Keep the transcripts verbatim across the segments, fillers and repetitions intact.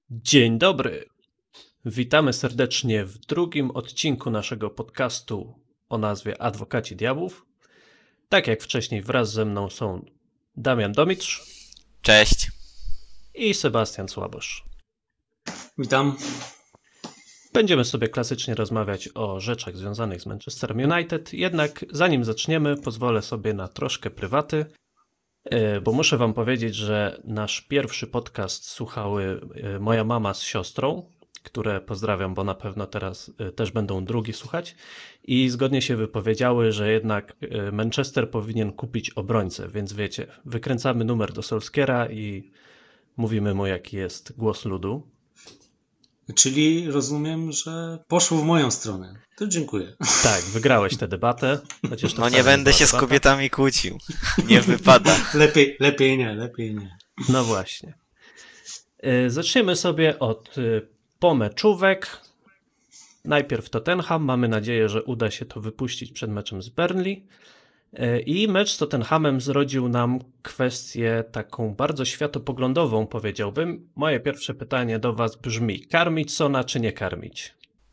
Dzień dobry. Witamy serdecznie w drugim odcinku naszego podcastu o nazwie Adwokaci Diabłów. Tak jak wcześniej, wraz ze mną są Damian Domitrz. Cześć. I Sebastian Słabosz. Witam. Będziemy sobie klasycznie rozmawiać o rzeczach związanych z Manchesterem United, jednak zanim zaczniemy, pozwolę sobie na troszkę prywaty, bo muszę wam powiedzieć, że nasz pierwszy podcast słuchały moja mama z siostrą, które pozdrawiam, bo na pewno teraz też będą drugi słuchać, i zgodnie się wypowiedziały, że jednak Manchester powinien kupić obrońcę, więc wiecie, wykręcamy numer do Solskiera i mówimy mu, jaki jest głos ludu. Czyli rozumiem, że poszło w moją stronę. To dziękuję. Tak, wygrałeś tę debatę. Chociaż to no nie będę się debata. z kobietami kłócił. Nie wypada. lepiej, lepiej nie, lepiej nie. No właśnie. Zaczniemy sobie od pomeczówek. Najpierw Tottenham. Mamy nadzieję, że uda się to wypuścić przed meczem z Burnley. I mecz z Tottenhamem zrodził nam kwestię taką bardzo światopoglądową, powiedziałbym. Moje pierwsze pytanie do was brzmi: karmić Sona czy nie karmić?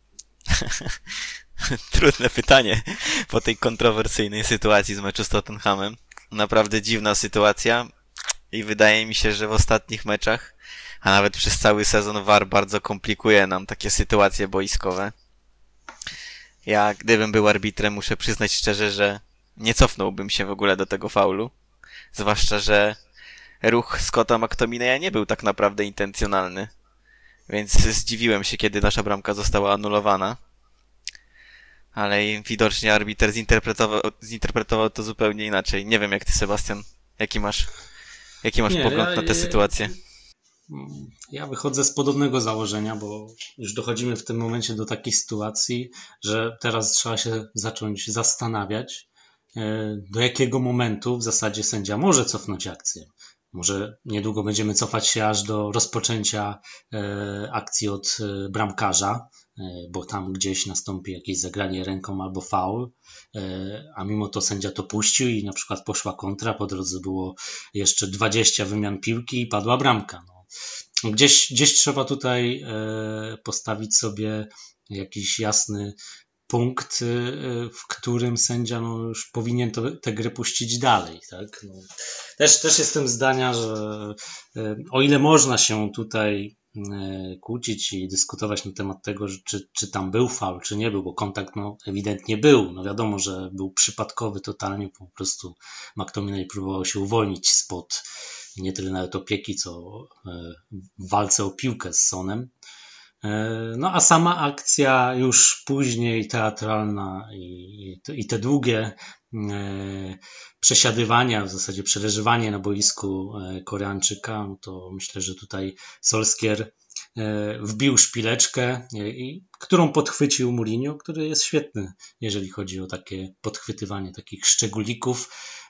Trudne pytanie po tej kontrowersyjnej sytuacji z meczu z Tottenhamem. Naprawdę dziwna sytuacja i wydaje mi się, że w ostatnich meczach, a nawet przez cały sezon, V A R bardzo komplikuje nam takie sytuacje boiskowe. Ja, gdybym był arbitrem, muszę przyznać szczerze, że nie cofnąłbym się w ogóle do tego faulu. Zwłaszcza, że ruch Scotta McTominaya nie był tak naprawdę intencjonalny. Więc zdziwiłem się, kiedy nasza bramka została anulowana. Ale widocznie arbiter zinterpretował, zinterpretował to zupełnie inaczej. Nie wiem, jak ty, Sebastian, jaki masz, jaki masz nie, pogląd ja, na tę sytuację? Ja wychodzę z podobnego założenia, bo już dochodzimy w tym momencie do takiej sytuacji, że teraz trzeba się zacząć zastanawiać, do jakiego momentu w zasadzie sędzia może cofnąć akcję. Może niedługo będziemy cofać się aż do rozpoczęcia akcji od bramkarza, bo tam gdzieś nastąpi jakieś zagranie ręką albo faul, a mimo to sędzia to puścił i na przykład poszła kontra, po drodze było jeszcze dwadzieścia wymian piłki i padła bramka. No. Gdzieś, gdzieś trzeba tutaj postawić sobie jakiś jasny punkt, w którym sędzia no, już powinien tę grę puścić dalej. Tak? No. Też, też jestem zdania, że o ile można się tutaj kłócić i dyskutować na temat tego, czy, czy tam był faul, czy nie był, bo kontakt no, ewidentnie był. No wiadomo, że był przypadkowy totalnie, po prostu McTominay próbował się uwolnić spod nie tyle nawet opieki, co w walce o piłkę z Sonem. No a sama akcja już później teatralna i, i te długie przesiadywania, w zasadzie przereżywanie na boisku Koreańczyka, no to myślę, że tutaj Solskjaer wbił szpileczkę, którą podchwycił Mourinho, który jest świetny, jeżeli chodzi o takie podchwytywanie takich szczególików,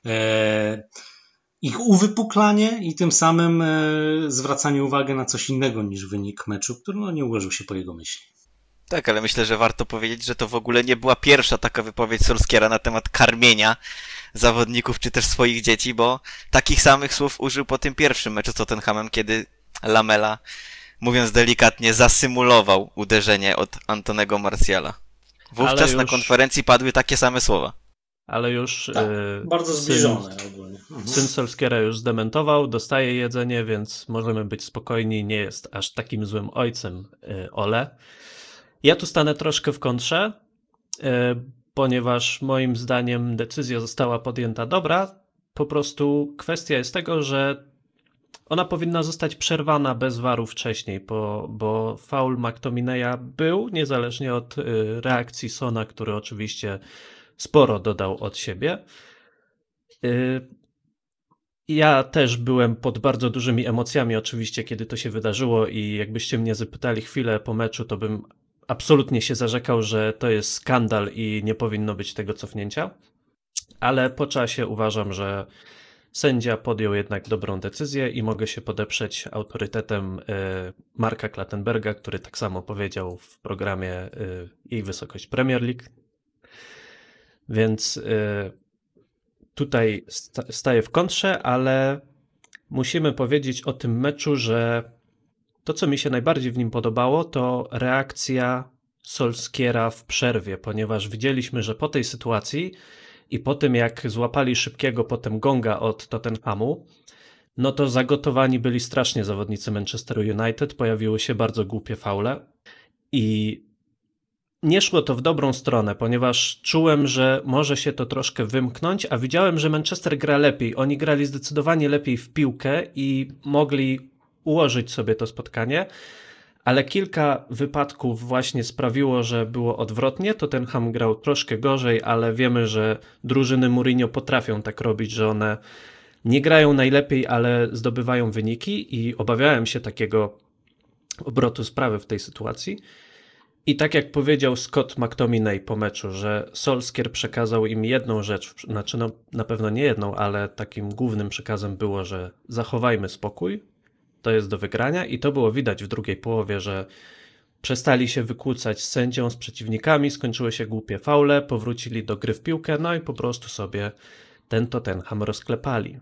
ich uwypuklanie i tym samym zwracanie uwagi na coś innego niż wynik meczu, który no, nie ułożył się po jego myśli. Tak, ale myślę, że warto powiedzieć, że to w ogóle nie była pierwsza taka wypowiedź Solskiera na temat karmienia zawodników czy też swoich dzieci, bo takich samych słów użył po tym pierwszym meczu z Tottenhamem, kiedy Lamela, mówiąc delikatnie, zasymulował uderzenie od Antonego Martiala. Wówczas już na konferencji padły takie same słowa. Ale już tak, yy, bardzo zbliżone syn, ogólnie. Mhm. Syn Solskiera już zdementował, dostaje jedzenie, więc możemy być spokojni, nie jest aż takim złym ojcem yy, Ole. Ja tu stanę troszkę w kontrze, yy, ponieważ moim zdaniem decyzja została podjęta dobra. Po prostu kwestia jest tego, że ona powinna zostać przerwana bez waru wcześniej, bo, bo faul McTominaya był, niezależnie od yy, reakcji Sona, który oczywiście sporo dodał od siebie. Ja też byłem pod bardzo dużymi emocjami oczywiście, kiedy to się wydarzyło i jakbyście mnie zapytali chwilę po meczu, to bym absolutnie się zarzekał, że to jest skandal i nie powinno być tego cofnięcia. Ale po czasie uważam, że sędzia podjął jednak dobrą decyzję i mogę się podeprzeć autorytetem Marka Clattenburga, który tak samo powiedział w programie Jej Wysokość Premier League. Więc tutaj staję w kontrze, ale musimy powiedzieć o tym meczu, że to, co mi się najbardziej w nim podobało, to reakcja Solskiera w przerwie, ponieważ widzieliśmy, że po tej sytuacji i po tym, jak złapali szybkiego potem gonga od Tottenhamu, no to zagotowani byli strasznie zawodnicy Manchesteru United, pojawiły się bardzo głupie faule i nie szło to w dobrą stronę, ponieważ czułem, że może się to troszkę wymknąć, a widziałem, że Manchester gra lepiej. Oni grali zdecydowanie lepiej w piłkę i mogli ułożyć sobie to spotkanie, ale kilka wypadków właśnie sprawiło, że było odwrotnie. Tottenham grał troszkę gorzej, ale wiemy, że drużyny Mourinho potrafią tak robić, że one nie grają najlepiej, ale zdobywają wyniki i obawiałem się takiego obrotu sprawy w tej sytuacji. I tak jak powiedział Scott McTominay po meczu, że Solskjaer przekazał im jedną rzecz, znaczy no, na pewno nie jedną, ale takim głównym przekazem było, że zachowajmy spokój, to jest do wygrania i to było widać w drugiej połowie, że przestali się wykłócać z sędzią, z przeciwnikami, skończyły się głupie faule, powrócili do gry w piłkę, no i po prostu sobie ten Tottenham rozklepali.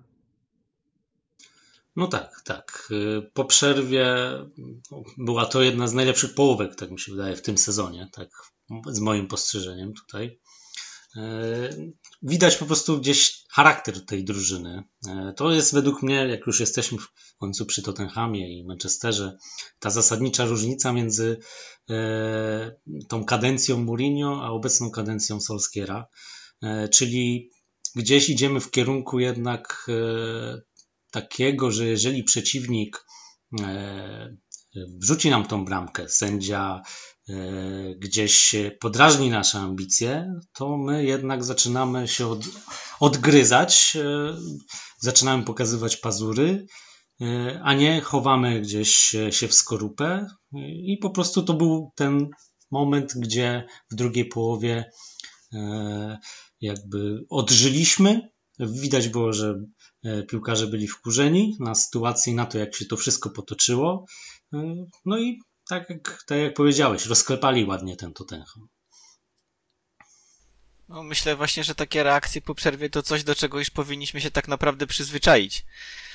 No tak, tak. Po przerwie była to jedna z najlepszych połówek, tak mi się wydaje, w tym sezonie, tak z moim postrzeżeniem tutaj. Widać po prostu gdzieś charakter tej drużyny. To jest według mnie, jak już jesteśmy w końcu przy Tottenhamie i Manchesterze, ta zasadnicza różnica między tą kadencją Mourinho a obecną kadencją Solskiera, czyli gdzieś idziemy w kierunku jednak takiego, że jeżeli przeciwnik wrzuci nam tą bramkę, sędzia gdzieś podrażni nasze ambicje, to my jednak zaczynamy się od, odgryzać, zaczynamy pokazywać pazury, a nie chowamy gdzieś się w skorupę i po prostu to był ten moment, gdzie w drugiej połowie jakby odżyliśmy. Widać było, że piłkarze byli wkurzeni na sytuację i na to, jak się to wszystko potoczyło. No i tak jak, tak jak powiedziałeś, rozklepali ładnie ten Tottenham. No, myślę właśnie, że takie reakcje po przerwie to coś, do czego już powinniśmy się tak naprawdę przyzwyczaić.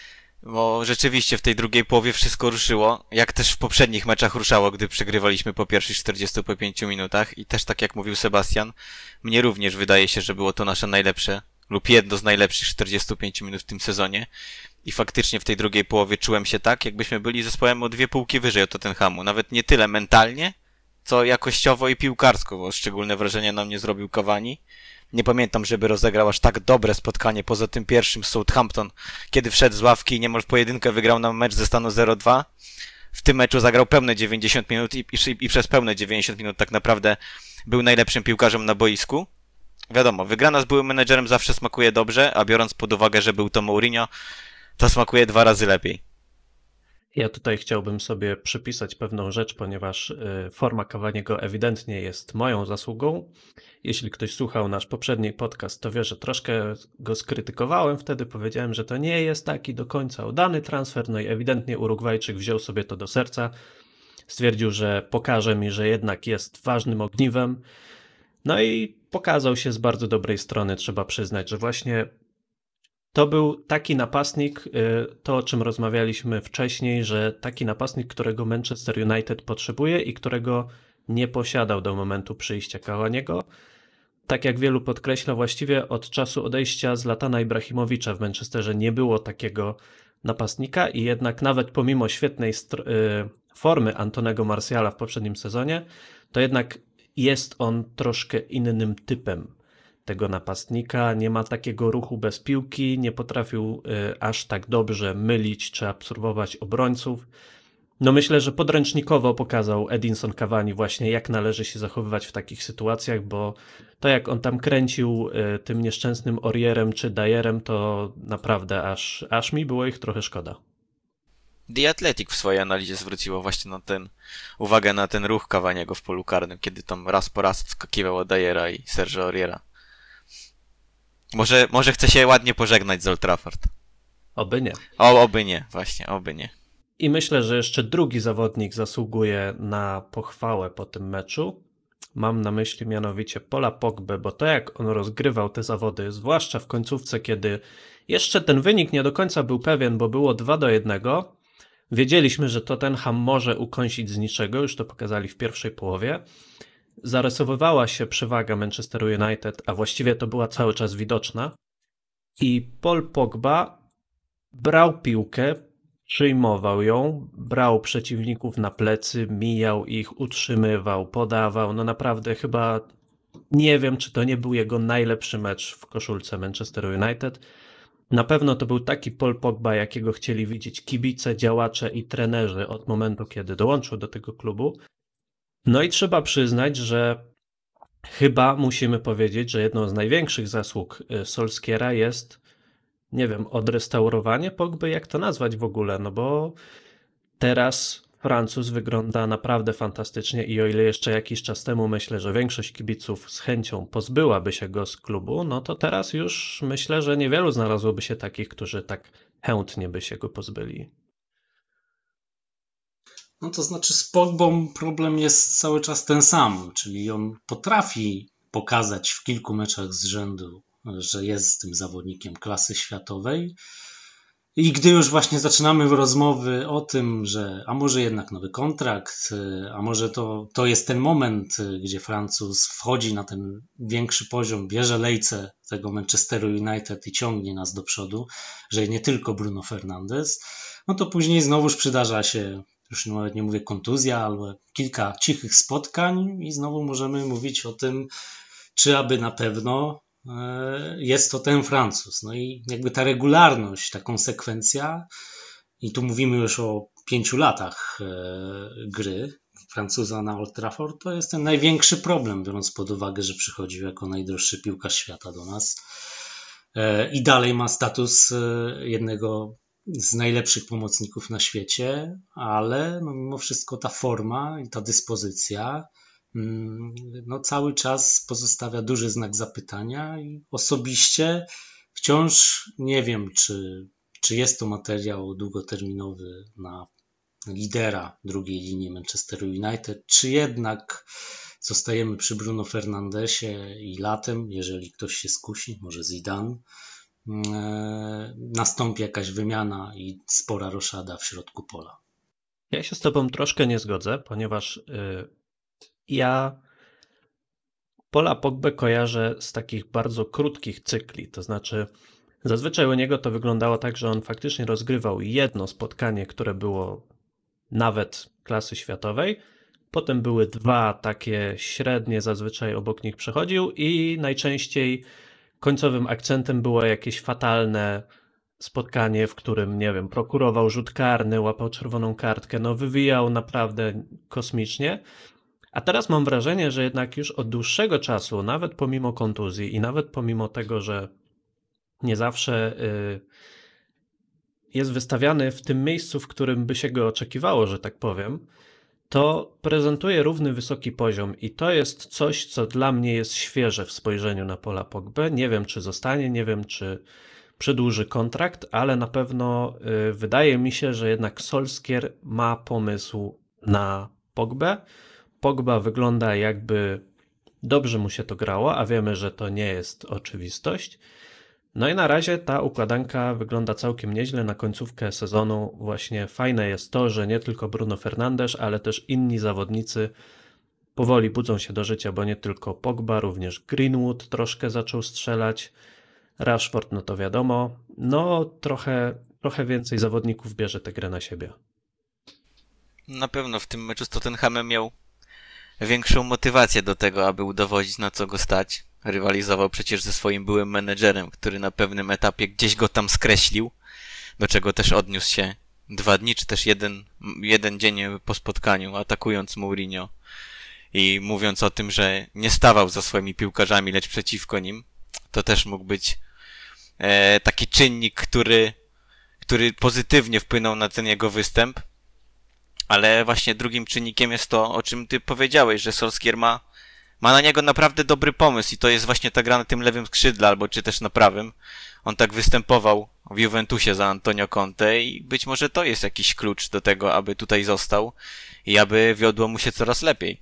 Bo rzeczywiście w tej drugiej połowie wszystko ruszyło, jak też w poprzednich meczach ruszało, gdy przegrywaliśmy po pierwszych czterdziestu pięciu minutach i też tak jak mówił Sebastian, mnie również wydaje się, że było to nasze najlepsze lub jedno z najlepszych czterdziestu pięciu minut w tym sezonie i faktycznie w tej drugiej połowie czułem się tak, jakbyśmy byli zespołem o dwie półki wyżej od Tottenhamu, nawet nie tyle mentalnie, co jakościowo i piłkarsko, bo szczególne wrażenie na mnie zrobił Cavani. Nie pamiętam, żeby rozegrał aż tak dobre spotkanie poza tym pierwszym z Southampton, kiedy wszedł z ławki i niemal w pojedynkę wygrał nam mecz ze stanu zero dwa. W tym meczu zagrał pełne dziewięćdziesiąt minut i, i, i przez pełne dziewięćdziesiąt minut tak naprawdę był najlepszym piłkarzem na boisku. Wiadomo, wygrana z byłym menedżerem zawsze smakuje dobrze, a biorąc pod uwagę, że był to Mourinho, to smakuje dwa razy lepiej. Ja tutaj chciałbym sobie przypisać pewną rzecz, ponieważ forma Cavaniego ewidentnie jest moją zasługą. Jeśli ktoś słuchał nasz poprzedni podcast, to wie, że troszkę go skrytykowałem. Wtedy powiedziałem, że to nie jest taki do końca udany transfer, no i ewidentnie Urugwajczyk wziął sobie to do serca. Stwierdził, że pokaże mi, że jednak jest ważnym ogniwem. No i pokazał się z bardzo dobrej strony, trzeba przyznać, że właśnie to był taki napastnik, to o czym rozmawialiśmy wcześniej, że taki napastnik, którego Manchester United potrzebuje i którego nie posiadał do momentu przyjścia Cavaniego. Tak jak wielu podkreśla, właściwie od czasu odejścia Zlatana Ibrahimowicza w Manchesterze nie było takiego napastnika i jednak nawet pomimo świetnej formy Antonego Martiala w poprzednim sezonie, to jednak jest on troszkę innym typem tego napastnika, nie ma takiego ruchu bez piłki, nie potrafił y, aż tak dobrze mylić czy absorbować obrońców. No myślę, że podręcznikowo pokazał Edinson Cavani właśnie, jak należy się zachowywać w takich sytuacjach, bo to jak on tam kręcił y, tym nieszczęsnym Aurierem czy Dyerem, to naprawdę aż, aż mi było ich trochę szkoda. The Athletic w swojej analizie zwróciło właśnie na ten, uwagę na ten ruch Cavaniego w polu karnym, kiedy tam raz po raz wskakiwał od Dyera i Sergio Auriera. Może, może chce się ładnie pożegnać z Old Trafford. Oby nie. O, oby nie, właśnie, oby nie. I myślę, że jeszcze drugi zawodnik zasługuje na pochwałę po tym meczu. Mam na myśli mianowicie Paula Pogbę, bo to jak on rozgrywał te zawody, zwłaszcza w końcówce, kiedy jeszcze ten wynik nie do końca był pewien, bo było dwa do jednego, Wiedzieliśmy, że Tottenham może ukąsić z niczego, już to pokazali w pierwszej połowie. Zarysowywała się przewaga Manchesteru United, a właściwie to była cały czas widoczna. I Paul Pogba brał piłkę, przyjmował ją, brał przeciwników na plecy, mijał ich, utrzymywał, podawał. No naprawdę chyba nie wiem, czy to nie był jego najlepszy mecz w koszulce Manchesteru United. Na pewno to był taki Paul Pogba, jakiego chcieli widzieć kibice, działacze i trenerzy od momentu, kiedy dołączył do tego klubu. No i trzeba przyznać, że chyba musimy powiedzieć, że jedną z największych zasług Solskiera jest, nie wiem, odrestaurowanie Pogby, jak to nazwać w ogóle, no bo teraz Francuz wygląda naprawdę fantastycznie i o ile jeszcze jakiś czas temu myślę, że większość kibiców z chęcią pozbyłaby się go z klubu, no to teraz już myślę, że niewielu znalazłoby się takich, którzy tak chętnie by się go pozbyli. No to znaczy z Pogbą problem jest cały czas ten sam, czyli on potrafi pokazać w kilku meczach z rzędu, że jest tym zawodnikiem klasy światowej. I gdy już właśnie zaczynamy rozmowy o tym, że a może jednak nowy kontrakt, a może to, to jest ten moment, gdzie Francuz wchodzi na ten większy poziom, bierze lejce tego Manchesteru United i ciągnie nas do przodu, że nie tylko Bruno Fernandes, no to później znowuż przydarza się, już nawet nie mówię kontuzja, ale kilka cichych spotkań i znowu możemy mówić o tym, czy aby na pewno jest to ten Francuz. No i jakby ta regularność, ta konsekwencja, i tu mówimy już o pięciu latach gry Francuza na Old Trafford, to jest ten największy problem, biorąc pod uwagę, że przychodził jako najdroższy piłkarz świata do nas i dalej ma status jednego z najlepszych pomocników na świecie, ale no mimo wszystko ta forma i ta dyspozycja no cały czas pozostawia duży znak zapytania i osobiście wciąż nie wiem, czy, czy jest to materiał długoterminowy na lidera drugiej linii Manchesteru United, czy jednak zostajemy przy Bruno Fernandesie i latem, jeżeli ktoś się skusi, może Zidane, nastąpi jakaś wymiana i spora roszada w środku pola. Ja się z tobą troszkę nie zgodzę, ponieważ yy, ja Paula Pogbę kojarzę z takich bardzo krótkich cykli, to znaczy zazwyczaj u niego to wyglądało tak, że on faktycznie rozgrywał jedno spotkanie, które było nawet klasy światowej, potem były dwa takie średnie, zazwyczaj obok nich przechodził i najczęściej końcowym akcentem było jakieś fatalne spotkanie, w którym, nie wiem, prokurował rzut karny, łapał czerwoną kartkę, no wywijał naprawdę kosmicznie. A teraz mam wrażenie, że jednak już od dłuższego czasu, nawet pomimo kontuzji i nawet pomimo tego, że nie zawsze y, jest wystawiany w tym miejscu, w którym by się go oczekiwało, że tak powiem, to prezentuje równy wysoki poziom i to jest coś, co dla mnie jest świeże w spojrzeniu na Paula Pogbę. Nie wiem, czy zostanie, nie wiem, czy przedłuży kontrakt, ale na pewno y, wydaje mi się, że jednak Solskjaer ma pomysł na Pogbę. Pogba wygląda, jakby dobrze mu się to grało, a wiemy, że to nie jest oczywistość. No i na razie ta układanka wygląda całkiem nieźle na końcówkę sezonu. Właśnie fajne jest to, że nie tylko Bruno Fernandes, ale też inni zawodnicy powoli budzą się do życia, bo nie tylko Pogba, również Greenwood troszkę zaczął strzelać. Rashford, no to wiadomo. No trochę, trochę więcej zawodników bierze tę grę na siebie. Na pewno w tym meczu z Tottenhamem miał większą motywację do tego, aby udowodnić, na co go stać. Rywalizował przecież ze swoim byłym menedżerem, który na pewnym etapie gdzieś go tam skreślił, do czego też odniósł się dwa dni, czy też jeden, jeden dzień po spotkaniu, atakując Mourinho i mówiąc o tym, że nie stawał za swoimi piłkarzami, lecz przeciwko nim. To też mógł być e, taki czynnik, który, który pozytywnie wpłynął na ten jego występ. Ale właśnie drugim czynnikiem jest to, o czym ty powiedziałeś, że Solskjaer ma, ma na niego naprawdę dobry pomysł i to jest właśnie ta gra na tym lewym skrzydle, albo czy też na prawym. On tak występował w Juventusie za Antonio Conte i być może to jest jakiś klucz do tego, aby tutaj został i aby wiodło mu się coraz lepiej.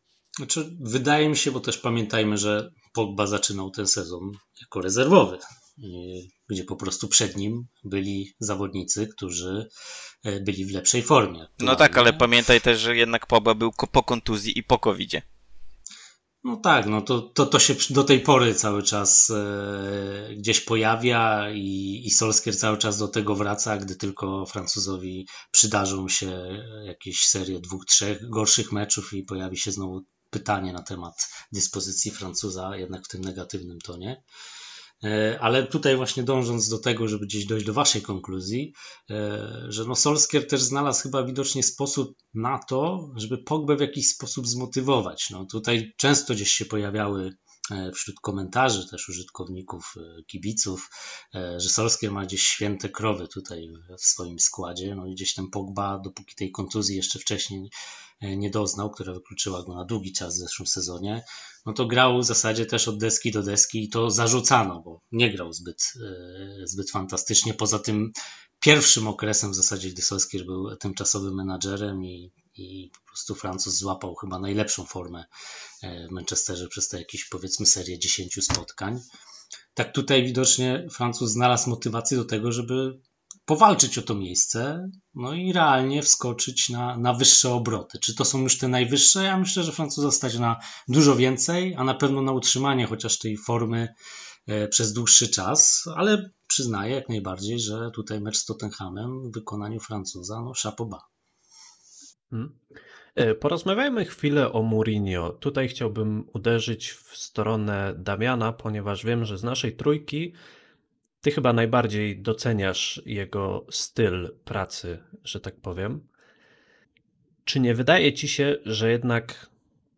Znaczy, wydaje mi się, bo też pamiętajmy, że Pogba zaczynał ten sezon jako rezerwowy gdzie po prostu przed nim byli zawodnicy, którzy byli w lepszej formie. No tak, ale pamiętaj też, że jednak Pogba był po kontuzji i po kowidzie. No tak, no to, to, to się do tej pory cały czas e, gdzieś pojawia i, i Solskjaer cały czas do tego wraca, gdy tylko Francuzowi przydarzą się jakieś serie dwóch, trzech gorszych meczów i pojawi się znowu pytanie na temat dyspozycji Francuza, jednak w tym negatywnym tonie. Ale tutaj właśnie dążąc do tego, żeby gdzieś dojść do waszej konkluzji, że no Solskjaer też znalazł chyba widocznie sposób na to, żeby Pogbę w jakiś sposób zmotywować. No tutaj często gdzieś się pojawiały wśród komentarzy też użytkowników, kibiców, że Solskjaer ma gdzieś święte krowy tutaj w swoim składzie. No i gdzieś ten Pogba, dopóki tej kontuzji jeszcze wcześniej nie doznał, która wykluczyła go na długi czas w zeszłym sezonie, no to grał w zasadzie też od deski do deski i to zarzucano, bo nie grał zbyt, zbyt fantastycznie. Poza tym pierwszym okresem w zasadzie, gdy Solskjaer był tymczasowym menadżerem i, i po prostu Francuz złapał chyba najlepszą formę w Manchesterze przez te jakieś powiedzmy serię dziesięciu spotkań. Tak tutaj widocznie Francuz znalazł motywację do tego, żeby powalczyć o to miejsce, no i realnie wskoczyć na, na wyższe obroty. Czy to są już te najwyższe? Ja myślę, że Francuza stać na dużo więcej, a na pewno na utrzymanie chociaż tej formy e, przez dłuższy czas, ale przyznaję jak najbardziej, że tutaj mecz z Tottenhamem w wykonaniu Francuza, no chapeau bas. Hmm. Porozmawiajmy chwilę o Mourinho. Tutaj chciałbym uderzyć w stronę Damiana, ponieważ wiem, że z naszej trójki ty chyba najbardziej doceniasz jego styl pracy, że tak powiem. Czy nie wydaje ci się, że jednak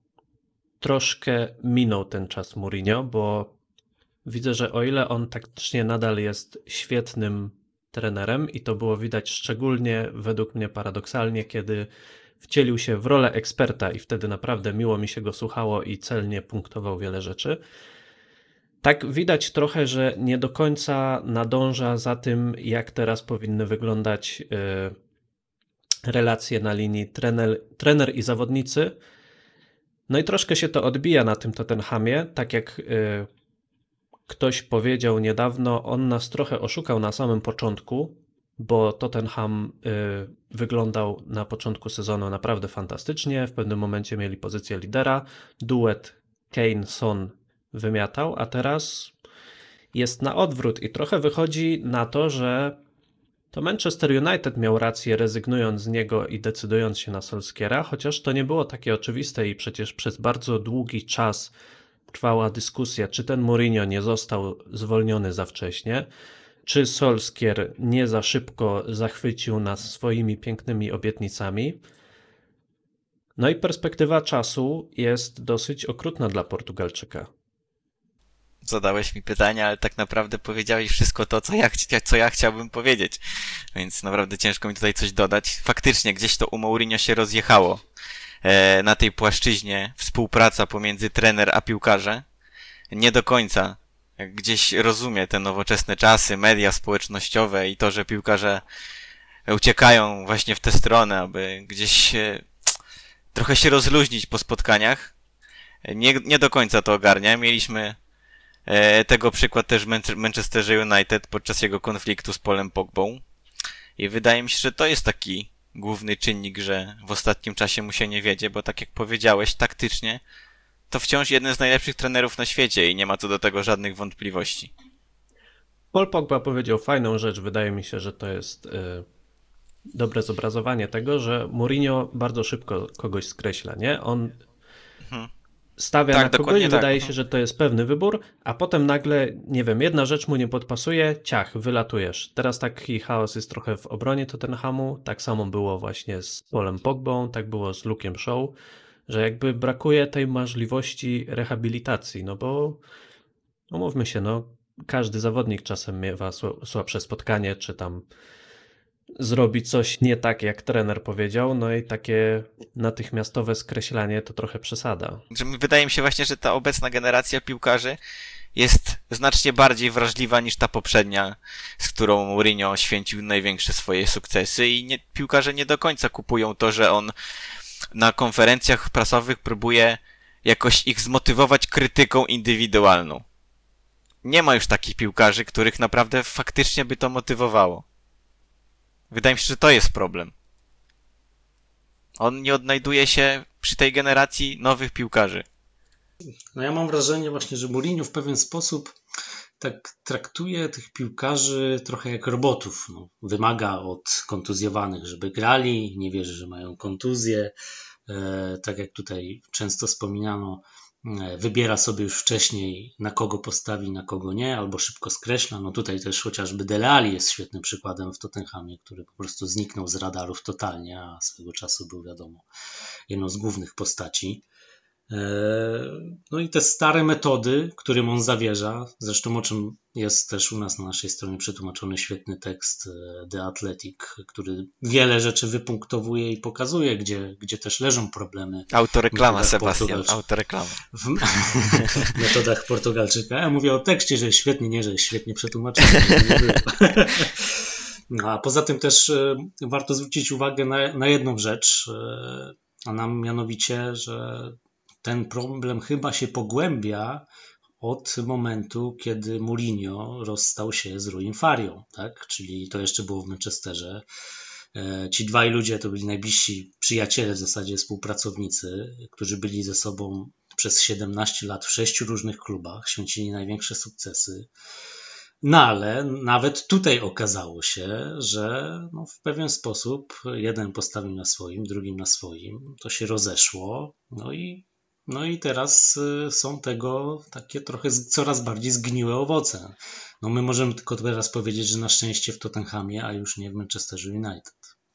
troszkę minął ten czas Mourinho, bo widzę, że o ile on taktycznie nadal jest świetnym trenerem i to było widać szczególnie według mnie paradoksalnie, kiedy wcielił się w rolę eksperta i wtedy naprawdę miło mi się go słuchało i celnie punktował wiele rzeczy. Tak widać trochę, że nie do końca nadąża za tym, jak teraz powinny wyglądać yy, relacje na linii trener, trener i zawodnicy. No i troszkę się to odbija na tym Tottenhamie. Tak jak yy, ktoś powiedział niedawno, on nas trochę oszukał na samym początku, bo Tottenham yy, wyglądał na początku sezonu naprawdę fantastycznie. W pewnym momencie mieli pozycję lidera. Duet Kane-Son wymiatał, a teraz jest na odwrót i trochę wychodzi na to, że to Manchester United miał rację, rezygnując z niego i decydując się na Solskjaera, chociaż to nie było takie oczywiste i przecież przez bardzo długi czas trwała dyskusja, czy ten Mourinho nie został zwolniony za wcześnie, czy Solskjaer nie za szybko zachwycił nas swoimi pięknymi obietnicami. No i perspektywa czasu jest dosyć okrutna dla Portugalczyka. Zadałeś mi pytanie, ale tak naprawdę powiedziałeś wszystko to, co ja, co ja chciałbym powiedzieć. Więc naprawdę ciężko mi tutaj coś dodać. Faktycznie gdzieś to u Mourinho się rozjechało. E, na tej płaszczyźnie współpraca pomiędzy trener a piłkarze. Nie do końca gdzieś rozumie te nowoczesne czasy, media społecznościowe i to, że piłkarze uciekają właśnie w tę stronę, aby gdzieś e, trochę się rozluźnić po spotkaniach. Nie, nie do końca to ogarnia. Mieliśmy tego przykład też w Manchesterze United podczas jego konfliktu z Polem Pogbą. I wydaje mi się, że to jest taki główny czynnik, że w ostatnim czasie mu się nie wiedzie, bo tak jak powiedziałeś, taktycznie to wciąż jeden z najlepszych trenerów na świecie i nie ma co do tego żadnych wątpliwości. Paul Pogba powiedział fajną rzecz, wydaje mi się, że to jest yy, dobre zobrazowanie tego, że Mourinho bardzo szybko kogoś skreśla, nie? On mhm. stawia tak, na kogoś, tak. Wydaje się, że to jest pewny wybór, a potem nagle, nie wiem, jedna rzecz mu nie podpasuje, ciach, wylatujesz. Teraz taki chaos jest trochę w obronie Tottenhamu, tak samo było właśnie z Polem Pogbą, tak było z Luke'em Shaw, że jakby brakuje tej możliwości rehabilitacji, no bo no mówmy się, no każdy zawodnik czasem miewa słabsze spotkanie, czy tam zrobi coś nie tak, jak trener powiedział, no i takie natychmiastowe skreślanie to trochę przesada. Wydaje mi się właśnie, że ta obecna generacja piłkarzy jest znacznie bardziej wrażliwa niż ta poprzednia, z którą Mourinho święcił największe swoje sukcesy i nie, piłkarze nie do końca kupują to, że on na konferencjach prasowych próbuje jakoś ich zmotywować krytyką indywidualną. nie ma już takich piłkarzy, których naprawdę faktycznie by to motywowało. Wydaje mi się, że to jest problem. On nie odnajduje się przy tej generacji nowych piłkarzy. No ja mam wrażenie właśnie, że Mourinho w pewien sposób tak traktuje tych piłkarzy trochę jak robotów. No, wymaga od kontuzjowanych, żeby grali, nie wierzy, że mają kontuzję. E, tak jak tutaj często wspominano, e, wybiera sobie już wcześniej, na kogo postawi, na kogo nie, albo szybko skreśla. No tutaj też chociażby Dele Alli jest świetnym przykładem w Tottenhamie, który po prostu zniknął z radarów totalnie, a swego czasu był, wiadomo, jedną z głównych postaci. No i te stare metody, którym on zawierza, zresztą o czym jest też u nas na naszej stronie przetłumaczony świetny tekst The Athletic, który wiele rzeczy wypunktowuje i pokazuje, gdzie, gdzie też leżą problemy. Autoreklama, Sebastian, autoreklama. W metodach Portugalczyka. Ja mówię o tekście, że jest świetnie, nie, że jest świetnie przetłumaczony. No, a poza tym też warto zwrócić uwagę na, na jedną rzecz, a nam mianowicie, że ten problem chyba się pogłębia od momentu, kiedy Mourinho rozstał się z Ruim Farią, tak? Czyli to jeszcze było w Manchesterze. Ci dwaj ludzie to byli najbliżsi przyjaciele, w zasadzie współpracownicy, którzy byli ze sobą przez siedemnaście lat w sześciu różnych klubach, święcili największe sukcesy. No ale nawet tutaj okazało się, że no w pewien sposób jeden postawił na swoim, drugim na swoim, to się rozeszło, no i No i teraz są tego takie trochę coraz bardziej zgniłe owoce. No my możemy tylko teraz powiedzieć, że na szczęście w Tottenhamie, a już nie w Manchesterze United.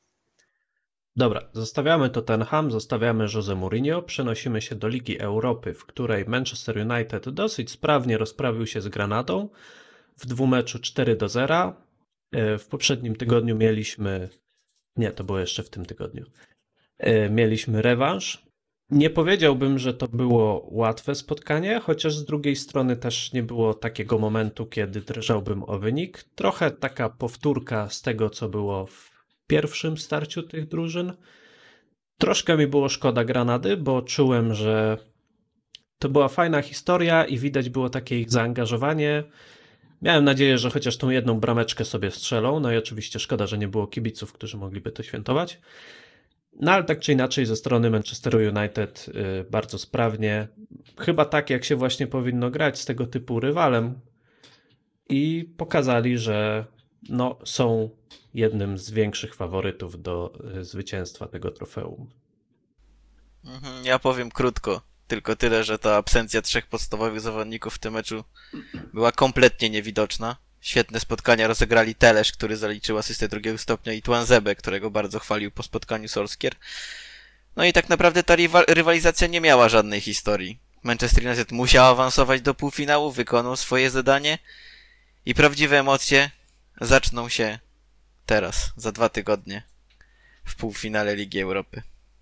Dobra, zostawiamy Tottenham, zostawiamy Jose Mourinho, przenosimy się do Ligi Europy, w której Manchester United dosyć sprawnie rozprawił się z Granadą w dwumeczu cztery do zera. W poprzednim tygodniu mieliśmy... Nie, to było jeszcze w tym tygodniu. Mieliśmy rewanż. Nie powiedziałbym, że to było łatwe spotkanie, chociaż z drugiej strony też nie było takiego momentu, kiedy drżałbym o wynik. Trochę taka powtórka z tego, co było w pierwszym starciu tych drużyn. Troszkę mi było szkoda Granady, bo czułem, że to była fajna historia i widać było takie ich zaangażowanie. Miałem nadzieję, że chociaż tą jedną brameczkę sobie strzelą, no i oczywiście szkoda, że nie było kibiców, którzy mogliby to świętować. No ale tak czy inaczej ze strony Manchesteru United y, bardzo sprawnie, chyba tak jak się właśnie powinno grać z tego typu rywalem i pokazali, że no, są jednym z większych faworytów do y, zwycięstwa tego trofeum. Mhm, ja powiem krótko, tylko tyle, że ta absencja trzech podstawowych zawodników w tym meczu była kompletnie niewidoczna. Świetne spotkania rozegrali Telesz, który zaliczył asystę drugiego stopnia, i Tuanzebe, którego bardzo chwalił po spotkaniu Solskjaer. No i tak naprawdę ta rywalizacja nie miała żadnej historii. Manchester United musiał awansować do półfinału, wykonał swoje zadanie i prawdziwe emocje zaczną się teraz, za dwa tygodnie, w półfinale Ligi Europy.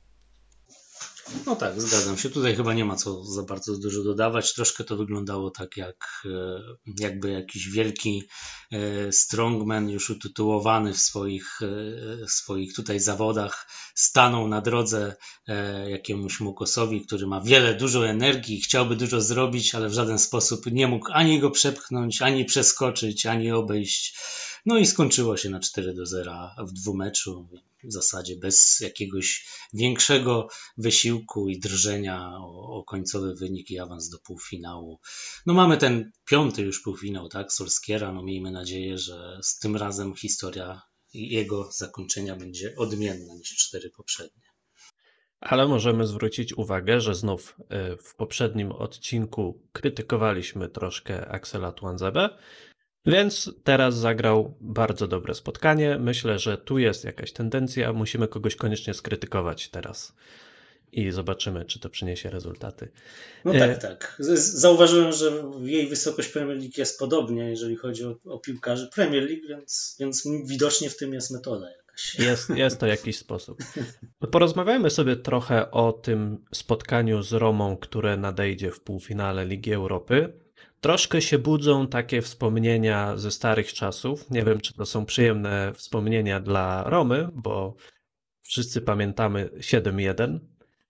No tak, zgadzam się. Tutaj chyba nie ma co za bardzo dużo dodawać. Troszkę to wyglądało tak, jak jakby jakiś wielki strongman już utytułowany w swoich, w swoich tutaj zawodach stanął na drodze jakiemuś Mukosowi, który ma wiele, dużo energii, chciałby dużo zrobić, ale w żaden sposób nie mógł ani go przepchnąć, ani przeskoczyć, ani obejść. No i skończyło się na cztery do zera w dwumeczu, w zasadzie bez jakiegoś większego wysiłku i drżenia o, o końcowy wynik i awans do półfinału. No mamy ten piąty już półfinał, tak, Solskjaera, no miejmy nadzieję, że z tym razem historia jego zakończenia będzie odmienna niż cztery poprzednie. Ale możemy zwrócić uwagę, że znów w poprzednim odcinku krytykowaliśmy troszkę Axela Tuanzebe, więc teraz zagrał bardzo dobre spotkanie. Myślę, że tu jest jakaś tendencja. Musimy kogoś koniecznie skrytykować teraz i zobaczymy, czy to przyniesie rezultaty. No tak, tak. Zauważyłem, że jej wysokość Premier League jest podobnie, jeżeli chodzi o, o piłkarzy Premier League, więc, więc widocznie w tym jest metoda jakaś. Jest, jest to jakiś sposób. Porozmawiajmy sobie trochę o tym spotkaniu z Romą, które nadejdzie w półfinale Ligi Europy. Troszkę się budzą takie wspomnienia ze starych czasów. Nie wiem, czy to są przyjemne wspomnienia dla Romy, bo wszyscy pamiętamy siedem jeden.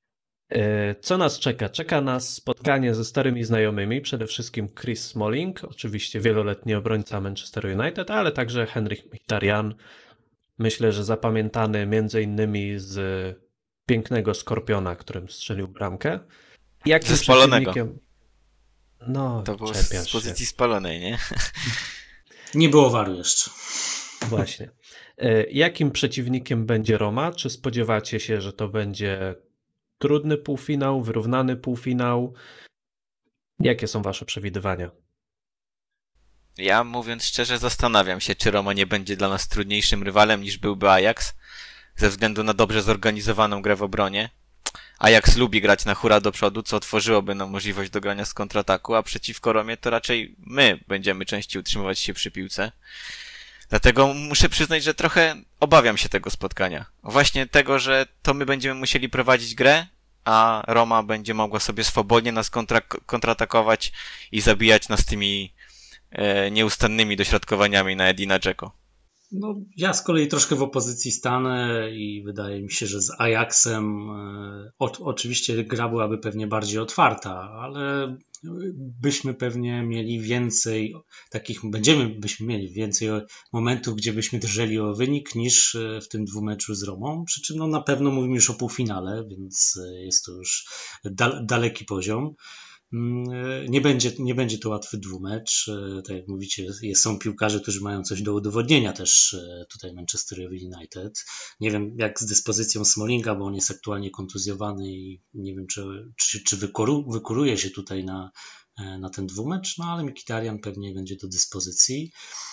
E, Co nas czeka? Czeka nas spotkanie ze starymi znajomymi, przede wszystkim Chris Smalling, oczywiście wieloletni obrońca Manchester United, ale także Henrikh Mkhitaryan. Myślę, że zapamiętany między innymi z pięknego Skorpiona, którym strzelił bramkę. Jakim Ze spalonego. przeciwnikiem... No, To było z, czepiasz z się. pozycji spalonej, nie? Nie było waru jeszcze. Właśnie. E, Jakim przeciwnikiem będzie Roma? Czy spodziewacie się, że to będzie trudny półfinał, wyrównany półfinał? Jakie są wasze przewidywania? Ja, mówiąc szczerze, zastanawiam się, czy Roma nie będzie dla nas trudniejszym rywalem niż byłby Ajax, ze względu na dobrze zorganizowaną grę w obronie. Ajax lubi grać na hura do przodu, co otworzyłoby nam możliwość do grania z kontrataku, a przeciwko Romie to raczej my będziemy częściej utrzymywać się przy piłce. Dlatego muszę przyznać, że trochę obawiam się tego spotkania. Właśnie tego, że to my będziemy musieli prowadzić grę, a Roma będzie mogła sobie swobodnie nas kontra kontratakować i zabijać nas tymi e, nieustannymi dośrodkowaniami na Edina Dzeko. No, ja z kolei troszkę w opozycji stanę i wydaje mi się, że z Ajaxem e, o, oczywiście gra byłaby pewnie bardziej otwarta, ale byśmy pewnie mieli więcej takich, będziemy byśmy mieli więcej momentów, gdzie byśmy drżeli o wynik niż w tym dwumeczu z Romą, przy czym no, na pewno mówimy już o półfinale, więc jest to już dal, daleki poziom. Nie będzie, nie będzie to łatwy dwumecz. Tak jak mówicie, są piłkarze, którzy mają coś do udowodnienia też tutaj Manchesterowi United. Nie wiem jak z dyspozycją Smallinga, bo on jest aktualnie kontuzjowany i nie wiem czy, czy, czy wykoru, wykuruje się tutaj na, na ten dwumecz, no ale Mkhitaryan pewnie będzie do dyspozycji.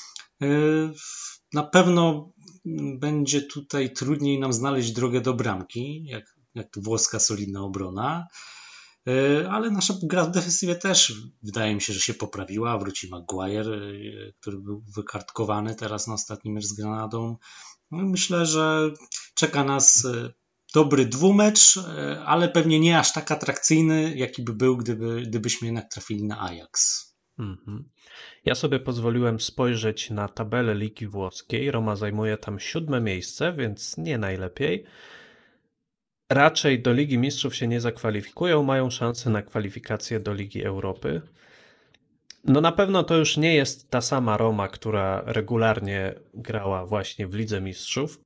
Na pewno będzie tutaj trudniej nam znaleźć drogę do bramki, jak, jak włoska solidna obrona. Ale nasza gra w defensywie też wydaje mi się, że się poprawiła. Wróci Maguire, który był wykartkowany teraz na ostatnim mecz z Granadą. Myślę, że czeka nas dobry dwumecz, ale pewnie nie aż tak atrakcyjny, jaki by był, gdyby, gdybyśmy jednak trafili na Ajax. Mhm. Ja sobie pozwoliłem spojrzeć na tabelę Ligi Włoskiej. Roma zajmuje tam siódme miejsce, więc nie najlepiej. Raczej do Ligi Mistrzów się nie zakwalifikują, mają szansę na kwalifikację do Ligi Europy. No na pewno to już nie jest ta sama Roma, która regularnie grała właśnie w Lidze Mistrzów.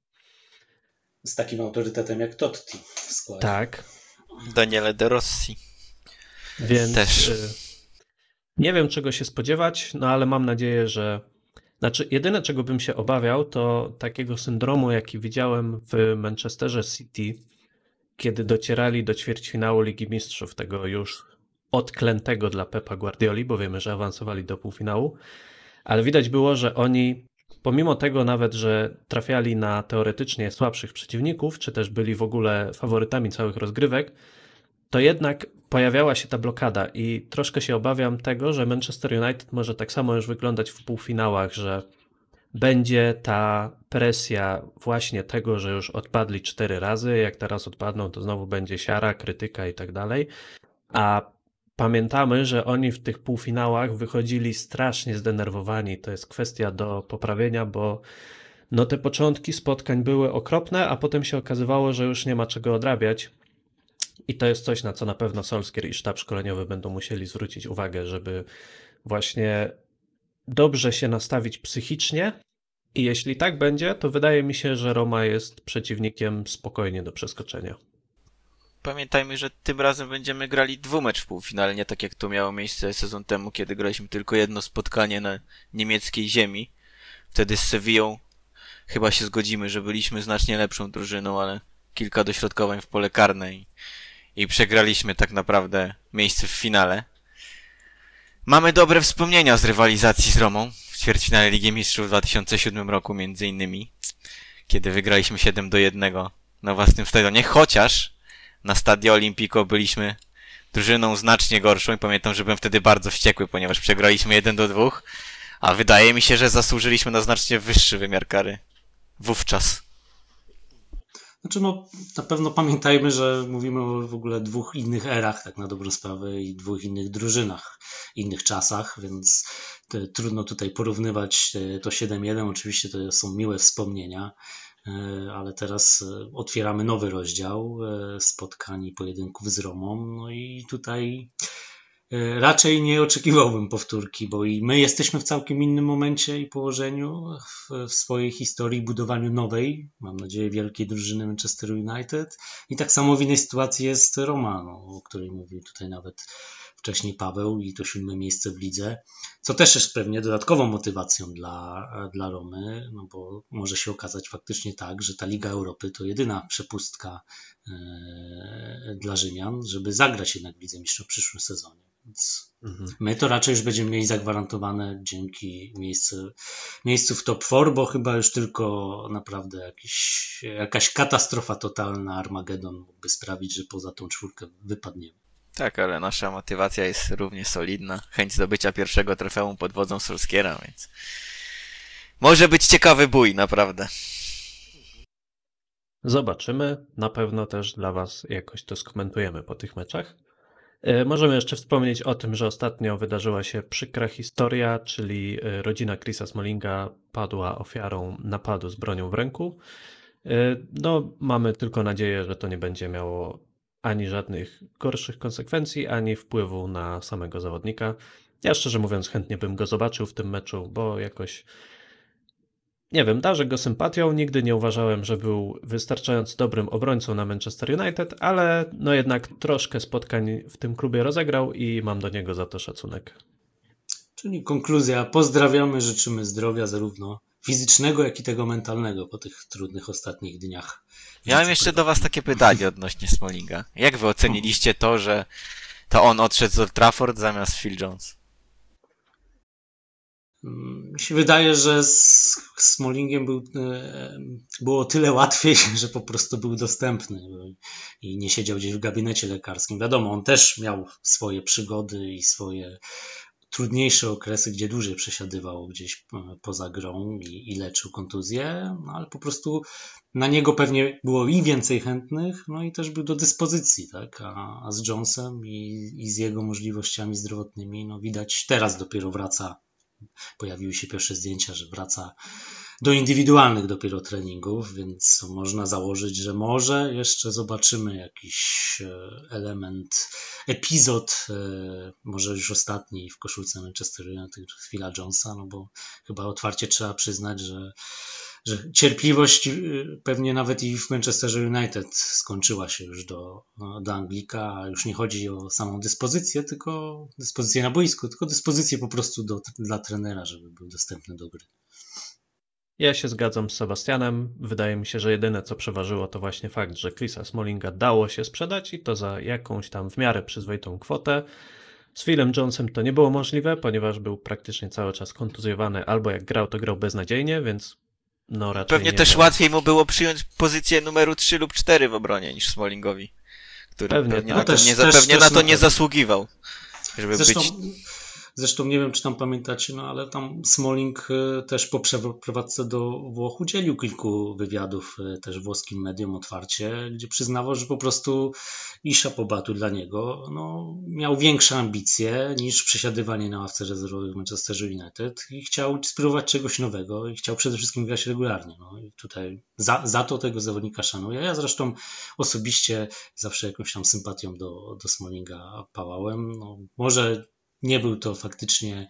Z takim autorytetem jak Totti w składzie. Tak. Daniele De Rossi. Więc Też. y, nie wiem czego się spodziewać, no ale mam nadzieję, że... Znaczy jedyne czego bym się obawiał to takiego syndromu jaki widziałem w Manchesterze City, kiedy docierali do ćwierćfinału Ligi Mistrzów, tego już odklętego dla Pepa Guardioli, bo wiemy, że awansowali do półfinału, ale widać było, że oni, pomimo tego nawet, że trafiali na teoretycznie słabszych przeciwników, czy też byli w ogóle faworytami całych rozgrywek, to jednak pojawiała się ta blokada i troszkę się obawiam tego, że Manchester United może tak samo już wyglądać w półfinałach, że będzie ta presja właśnie tego, że już odpadli cztery razy, jak teraz odpadną, to znowu będzie siara, krytyka i tak dalej. A pamiętamy, że oni w tych półfinałach wychodzili strasznie zdenerwowani. To jest kwestia do poprawienia, bo no te początki spotkań były okropne, a potem się okazywało, że już nie ma czego odrabiać. I to jest coś, na co na pewno Solskjaer i sztab szkoleniowy będą musieli zwrócić uwagę, żeby właśnie dobrze się nastawić psychicznie i jeśli tak będzie, to wydaje mi się, że Roma jest przeciwnikiem spokojnie do przeskoczenia. Pamiętajmy, że tym razem będziemy grali dwumecz w półfinale, nie tak jak to miało miejsce sezon temu, kiedy graliśmy tylko jedno spotkanie na niemieckiej ziemi. Wtedy z Sevillą chyba się zgodzimy, że byliśmy znacznie lepszą drużyną, ale kilka dośrodkowań w pole karne i, i przegraliśmy tak naprawdę miejsce w finale. Mamy dobre wspomnienia z rywalizacji z Romą w ćwierćfinale Ligi Mistrzów w dwa tysiące siódmym roku między innymi, kiedy wygraliśmy siedem do jednego na własnym stadionie, chociaż na Stadio Olimpico byliśmy drużyną znacznie gorszą i pamiętam, że byłem wtedy bardzo wściekły, ponieważ przegraliśmy jeden do dwóch, a wydaje mi się, że zasłużyliśmy na znacznie wyższy wymiar kary wówczas. Znaczy no, na pewno pamiętajmy, że mówimy o w ogóle dwóch innych erach, tak na dobrą sprawę, i dwóch innych drużynach, innych czasach, więc te, trudno tutaj porównywać te, to siedem jeden. Oczywiście to są miłe wspomnienia, ale teraz otwieramy nowy rozdział spotkań i pojedynków z Romą, no i tutaj raczej nie oczekiwałbym powtórki, bo i my jesteśmy w całkiem innym momencie i położeniu w, w swojej historii, budowaniu nowej, mam nadzieję, wielkiej drużyny Manchester United i tak samo w innej sytuacji jest Roma, no, o której mówił tutaj nawet wcześniej Paweł i to siódme miejsce w lidze, co też jest pewnie dodatkową motywacją dla, dla Romy, no bo może się okazać faktycznie tak, że ta Liga Europy to jedyna przepustka e, dla Rzymian, żeby zagrać jednak w Lidze Mistrzów w przyszłym sezonie. Więc mhm. my to raczej już będziemy mieli zagwarantowane dzięki miejscu, miejscu w top cztery, bo chyba już tylko naprawdę jakiś, jakaś katastrofa totalna, Armagedon mógłby sprawić, że poza tą czwórkę wypadniemy. Tak, ale nasza motywacja jest równie solidna. Chęć zdobycia pierwszego trofeum pod wodzą Solskiera, więc może być ciekawy bój, naprawdę. Zobaczymy. Na pewno też dla was jakoś to skomentujemy po tych meczach. Możemy jeszcze wspomnieć o tym, że ostatnio wydarzyła się przykra historia, czyli rodzina Chrisa Smallinga padła ofiarą napadu z bronią w ręku. No, mamy tylko nadzieję, że to nie będzie miało ani żadnych gorszych konsekwencji, ani wpływu na samego zawodnika. Ja szczerze mówiąc chętnie bym go zobaczył w tym meczu, bo jakoś, nie wiem, darzę go sympatią. Nigdy nie uważałem, że był wystarczająco dobrym obrońcą na Manchester United, ale no jednak troszkę spotkań w tym klubie rozegrał i mam do niego za to szacunek. Czyli konkluzja, pozdrawiamy, życzymy zdrowia zarówno fizycznego, jak i tego mentalnego po tych trudnych ostatnich dniach. Ja mam jeszcze do was takie pytanie odnośnie Smallinga. Jak wy oceniliście to, że to on odszedł z Old Trafford zamiast Phil Jones? Mi się wydaje, że z Smallingiem był, było o tyle łatwiej, że po prostu był dostępny i nie siedział gdzieś w gabinecie lekarskim. Wiadomo, on też miał swoje przygody i swoje trudniejsze okresy, gdzie dłużej przesiadywał gdzieś poza grą i, i leczył kontuzję, no ale po prostu na niego pewnie było i więcej chętnych, no i też był do dyspozycji, tak? A, a z Jonesem i, i z jego możliwościami zdrowotnymi, no widać teraz dopiero wraca, pojawiły się pierwsze zdjęcia, że wraca do indywidualnych dopiero treningów, więc można założyć, że może jeszcze zobaczymy jakiś element, epizod, może już ostatni w koszulce Manchester United, Phila Jonesa, no bo chyba otwarcie trzeba przyznać, że, że cierpliwość pewnie nawet i w Manchesterze United skończyła się już do, do Anglika, a już nie chodzi o samą dyspozycję, tylko dyspozycję na boisku, tylko dyspozycję po prostu do, dla trenera, żeby był dostępny do gry. Ja się zgadzam z Sebastianem. Wydaje mi się, że jedyne co przeważyło to właśnie fakt, że Chrisa Smallinga dało się sprzedać i to za jakąś tam w miarę przyzwoitą kwotę. Z Philem Jonesem to nie było możliwe, ponieważ był praktycznie cały czas kontuzjowany, albo jak grał, to grał beznadziejnie, więc no raczej Pewnie nie też miał... łatwiej mu było przyjąć pozycję numeru trzy lub cztery w obronie niż Smallingowi, który pewnie, pewnie, tak. na, to też, nie, też, pewnie też na to na nie pewno. zasługiwał, żeby Zresztą... być... Zresztą nie wiem, czy tam pamiętacie, no ale tam Smalling też po przeprowadzce do Włoch udzielił kilku wywiadów też włoskim mediom otwarcie, gdzie przyznawał, że po prostu i szapobatu dla niego, no, miał większe ambicje niż przesiadywanie na ławce rezerwowej w Manchesterze United i chciał spróbować czegoś nowego i chciał przede wszystkim grać regularnie. No i tutaj za, za to tego zawodnika szanuję. Ja zresztą osobiście zawsze jakąś tam sympatią do, do Smallinga pałałem. No, może nie był to faktycznie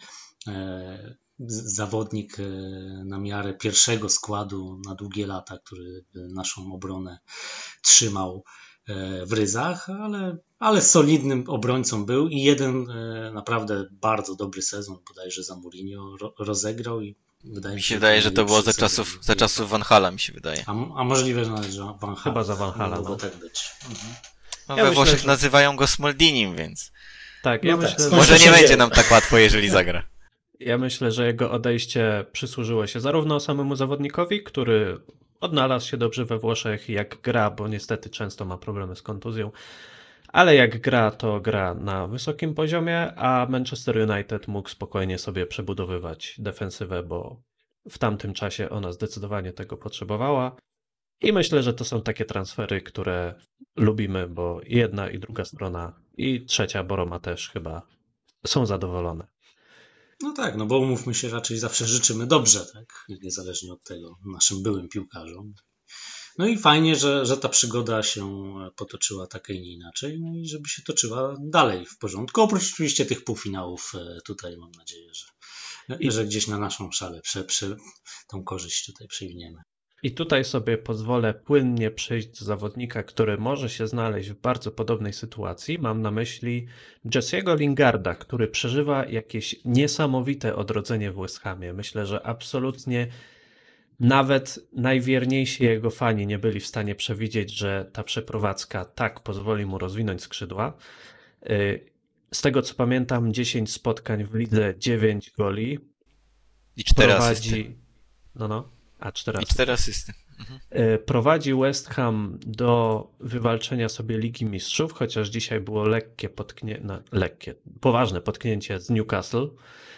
e, zawodnik e, na miarę pierwszego składu na długie lata, który naszą obronę trzymał e, w ryzach, ale, ale solidnym obrońcą był i jeden e, naprawdę bardzo dobry sezon, bodajże za Mourinho ro, rozegrał i wydaje mi się wydaje, że to było za czasów, za czasów Van Hala, mi się wydaje. A, a możliwe, że Van Hala. Chyba za Van Hala. Mogło tak być. Mhm. No, Ja we myślę, Włoszech że... nazywają go Smaldinim, więc... Tak, ja no myślę, tak, że... Może nie się będzie dzieje. nam tak łatwo, jeżeli zagra. Ja myślę, że jego odejście przysłużyło się zarówno samemu zawodnikowi, który odnalazł się dobrze we Włoszech, jak gra, bo niestety często ma problemy z kontuzją, ale jak gra, to gra na wysokim poziomie, a Manchester United mógł spokojnie sobie przebudowywać defensywę, bo w tamtym czasie ona zdecydowanie tego potrzebowała. I myślę, że to są takie transfery, które lubimy, bo jedna i druga strona i trzecia, bo Roma też chyba są zadowolone. No tak, no bo umówmy się, raczej zawsze życzymy dobrze, tak? Niezależnie od tego naszym byłym piłkarzom. No i fajnie, że, że ta przygoda się potoczyła tak, a nie inaczej, no i żeby się toczyła dalej w porządku. Oprócz oczywiście tych półfinałów tutaj mam nadzieję, że, I- że gdzieś na naszą szalę prze, prze, tą korzyść tutaj przewiniemy. I tutaj sobie pozwolę płynnie przejść do zawodnika, który może się znaleźć w bardzo podobnej sytuacji. Mam na myśli Jesse'ego Lingarda, który przeżywa jakieś niesamowite odrodzenie w West Hamie. Myślę, że absolutnie nawet najwierniejsi jego fani nie byli w stanie przewidzieć, że ta przeprowadzka tak pozwoli mu rozwinąć skrzydła. Yy, Z tego co pamiętam, dziesięć spotkań w lidze, dziewięć goli. I cztery asysty. Prowadzi... No, no. A, cztery I asysty. cztery asysty. E, Prowadzi West Ham do wywalczenia sobie Ligi Mistrzów, chociaż dzisiaj było lekkie potknięcie, no, lekkie, poważne potknięcie z Newcastle.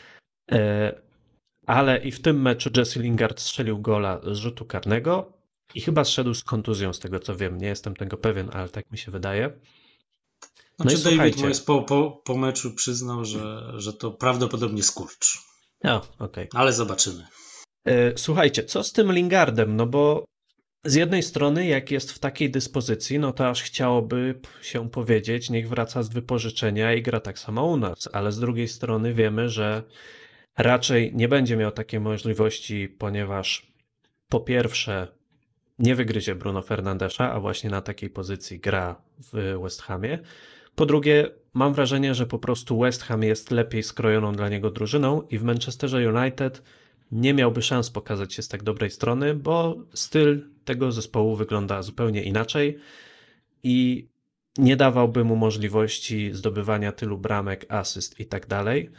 E, Ale i w tym meczu Jesse Lingard strzelił gola z rzutu karnego i chyba zszedł z kontuzją, z tego co wiem. Nie jestem tego pewien, ale tak mi się wydaje. No Znaczy i David słuchajcie. Moyes po, po, po meczu przyznał, że, że to prawdopodobnie skurcz. O, okej. Ale zobaczymy. E, Słuchajcie, co z tym Lingardem? No bo z jednej strony, jak jest w takiej dyspozycji, no to aż chciałoby się powiedzieć, niech wraca z wypożyczenia i gra tak samo u nas, ale z drugiej strony wiemy, że raczej nie będzie miał takiej możliwości, ponieważ po pierwsze nie wygryzie Bruno Fernandesza, a właśnie na takiej pozycji gra w West Hamie. Po drugie, mam wrażenie, że po prostu West Ham jest lepiej skrojoną dla niego drużyną i w Manchesterze United nie miałby szans pokazać się z tak dobrej strony, bo styl tego zespołu wygląda zupełnie inaczej i nie dawałby mu możliwości zdobywania tylu bramek, asyst i tak dalej.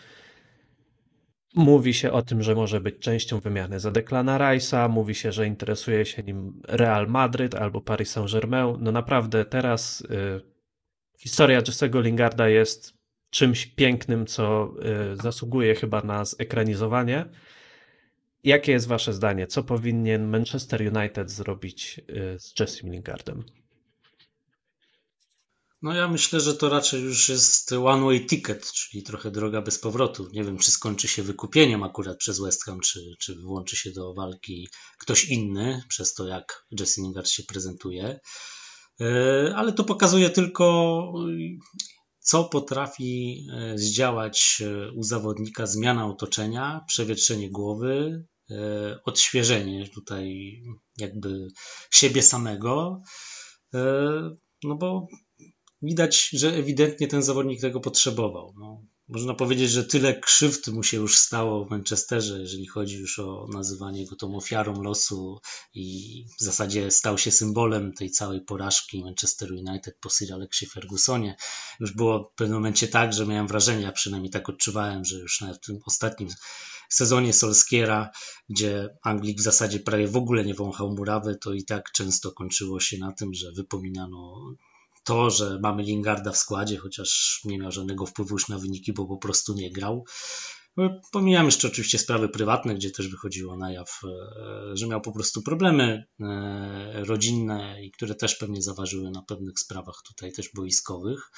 Mówi się o tym, że może być częścią wymiany za Declana Rice'a, mówi się, że interesuje się nim Real Madryt albo Paris Saint-Germain. No naprawdę teraz y, historia Jesse'ego Lingarda jest czymś pięknym, co y, zasługuje chyba na zekranizowanie. Jakie jest wasze zdanie? Co powinien Manchester United zrobić y, z Jesse'em Lingardem? No ja myślę, że to raczej już jest one way ticket, czyli trochę droga bez powrotu. Nie wiem, czy skończy się wykupieniem akurat przez West Ham, czy, czy włączy się do walki ktoś inny, przez to jak Jesse Lingard się prezentuje. Ale to pokazuje tylko, co potrafi zdziałać u zawodnika zmiana otoczenia, przewietrzenie głowy, odświeżenie tutaj jakby siebie samego. No bo widać, że ewidentnie ten zawodnik tego potrzebował. No, można powiedzieć, że tyle krzywd mu się już stało w Manchesterze, jeżeli chodzi już o nazywanie go tą ofiarą losu i w zasadzie stał się symbolem tej całej porażki Manchester United po Sir Alexie Fergusonie. Już było w pewnym momencie tak, że miałem wrażenie, ja przynajmniej tak odczuwałem, że już nawet w tym ostatnim sezonie Solskiera, gdzie Anglik w zasadzie prawie w ogóle nie wąchał murawy, to i tak często kończyło się na tym, że wypominano to, że mamy Lingarda w składzie, chociaż nie miał żadnego wpływu już na wyniki, bo po prostu nie grał. Pomijam jeszcze oczywiście sprawy prywatne, gdzie też wychodziło na jaw, że miał po prostu problemy rodzinne i które też pewnie zaważyły na pewnych sprawach tutaj też boiskowych.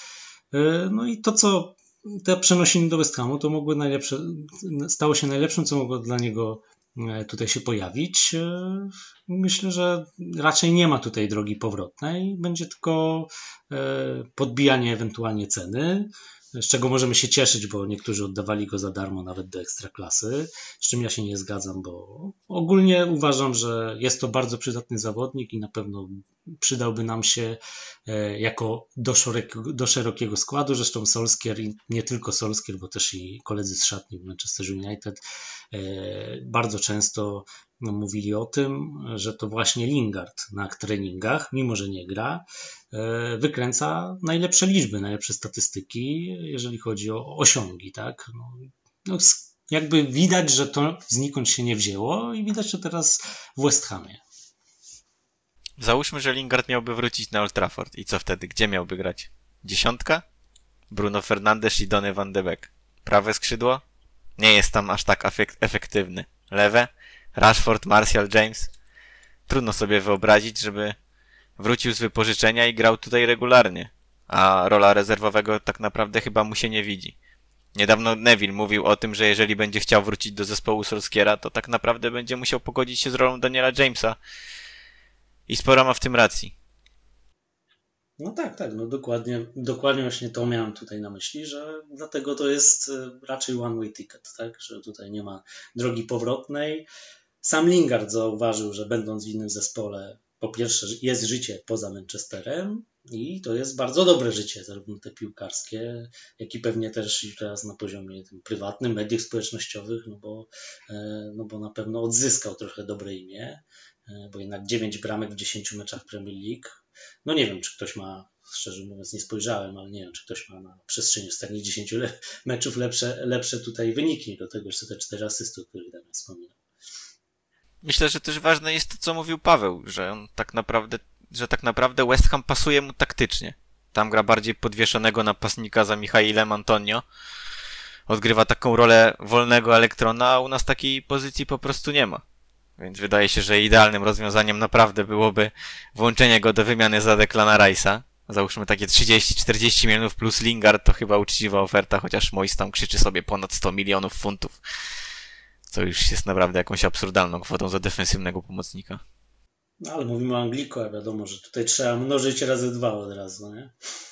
No i to, co te przenosiny do West Hamu, to mogły najlepsze, stało się najlepszym, co mogło dla niego tutaj się pojawić. Myślę, że raczej nie ma tutaj drogi powrotnej. Będzie tylko podbijanie ewentualnie ceny, z czego możemy się cieszyć, bo niektórzy oddawali go za darmo nawet do ekstraklasy, z czym ja się nie zgadzam, bo ogólnie uważam, że jest to bardzo przydatny zawodnik i na pewno przydałby nam się jako do szerokiego, do szerokiego składu. Zresztą Solskjaer i nie tylko Solskjaer, bo też i koledzy z szatni w Manchester United bardzo często mówili o tym, że to właśnie Lingard na treningach, mimo że nie gra, wykręca najlepsze liczby, najlepsze statystyki, jeżeli chodzi o osiągi, tak? No, no, jakby widać, że to znikąd się nie wzięło i widać to teraz w West Hamie. Załóżmy, że Lingard miałby wrócić na Old Trafford i co wtedy? Gdzie miałby grać? Dziesiątka? Bruno Fernandes i Donny van de Beek. Prawe skrzydło? Nie jest tam aż tak efek- efektywny. Lewe? Rashford, Martial, James? Trudno sobie wyobrazić, żeby wrócił z wypożyczenia i grał tutaj regularnie. A rola rezerwowego tak naprawdę chyba mu się nie widzi. Niedawno Neville mówił o tym, że jeżeli będzie chciał wrócić do zespołu Solskiera, to tak naprawdę będzie musiał pogodzić się z rolą Daniela Jamesa. I sporo ma w tym racji. No tak, tak, no dokładnie, dokładnie właśnie to miałem tutaj na myśli, że dlatego to jest raczej one way ticket, tak, że tutaj nie ma drogi powrotnej. Sam Lingard zauważył, że będąc w innym zespole, po pierwsze jest życie poza Manchesterem i to jest bardzo dobre życie, zarówno te piłkarskie, jak i pewnie też i teraz na poziomie tym prywatnym, mediów społecznościowych, no bo, no bo na pewno odzyskał trochę dobre imię, bo jednak dziewięć bramek w dziesięciu meczach Premier League. No nie wiem, czy ktoś ma, szczerze mówiąc nie spojrzałem, ale nie wiem, czy ktoś ma na przestrzeni ostatnich dziesięciu le- meczów lepsze, lepsze tutaj wyniki, do tego jeszcze te cztery asysty, o których Damian wspominał. Myślę, że też ważne jest to, co mówił Paweł, że on tak naprawdę, że tak naprawdę West Ham pasuje mu taktycznie. Tam gra bardziej podwieszonego napastnika za Michailem Antonio. Odgrywa taką rolę wolnego elektrona, a u nas takiej pozycji po prostu nie ma. Więc wydaje się, że idealnym rozwiązaniem naprawdę byłoby włączenie go do wymiany za Declana Rice'a. Załóżmy takie trzydzieści czterdzieści milionów plus Lingard to chyba uczciwa oferta, chociaż Moyes tam krzyczy sobie ponad sto milionów funtów. Co już jest naprawdę jakąś absurdalną kwotą za defensywnego pomocnika. No ale mówimy o Angliku, a wiadomo, że tutaj trzeba mnożyć razy dwa od razu, no nie?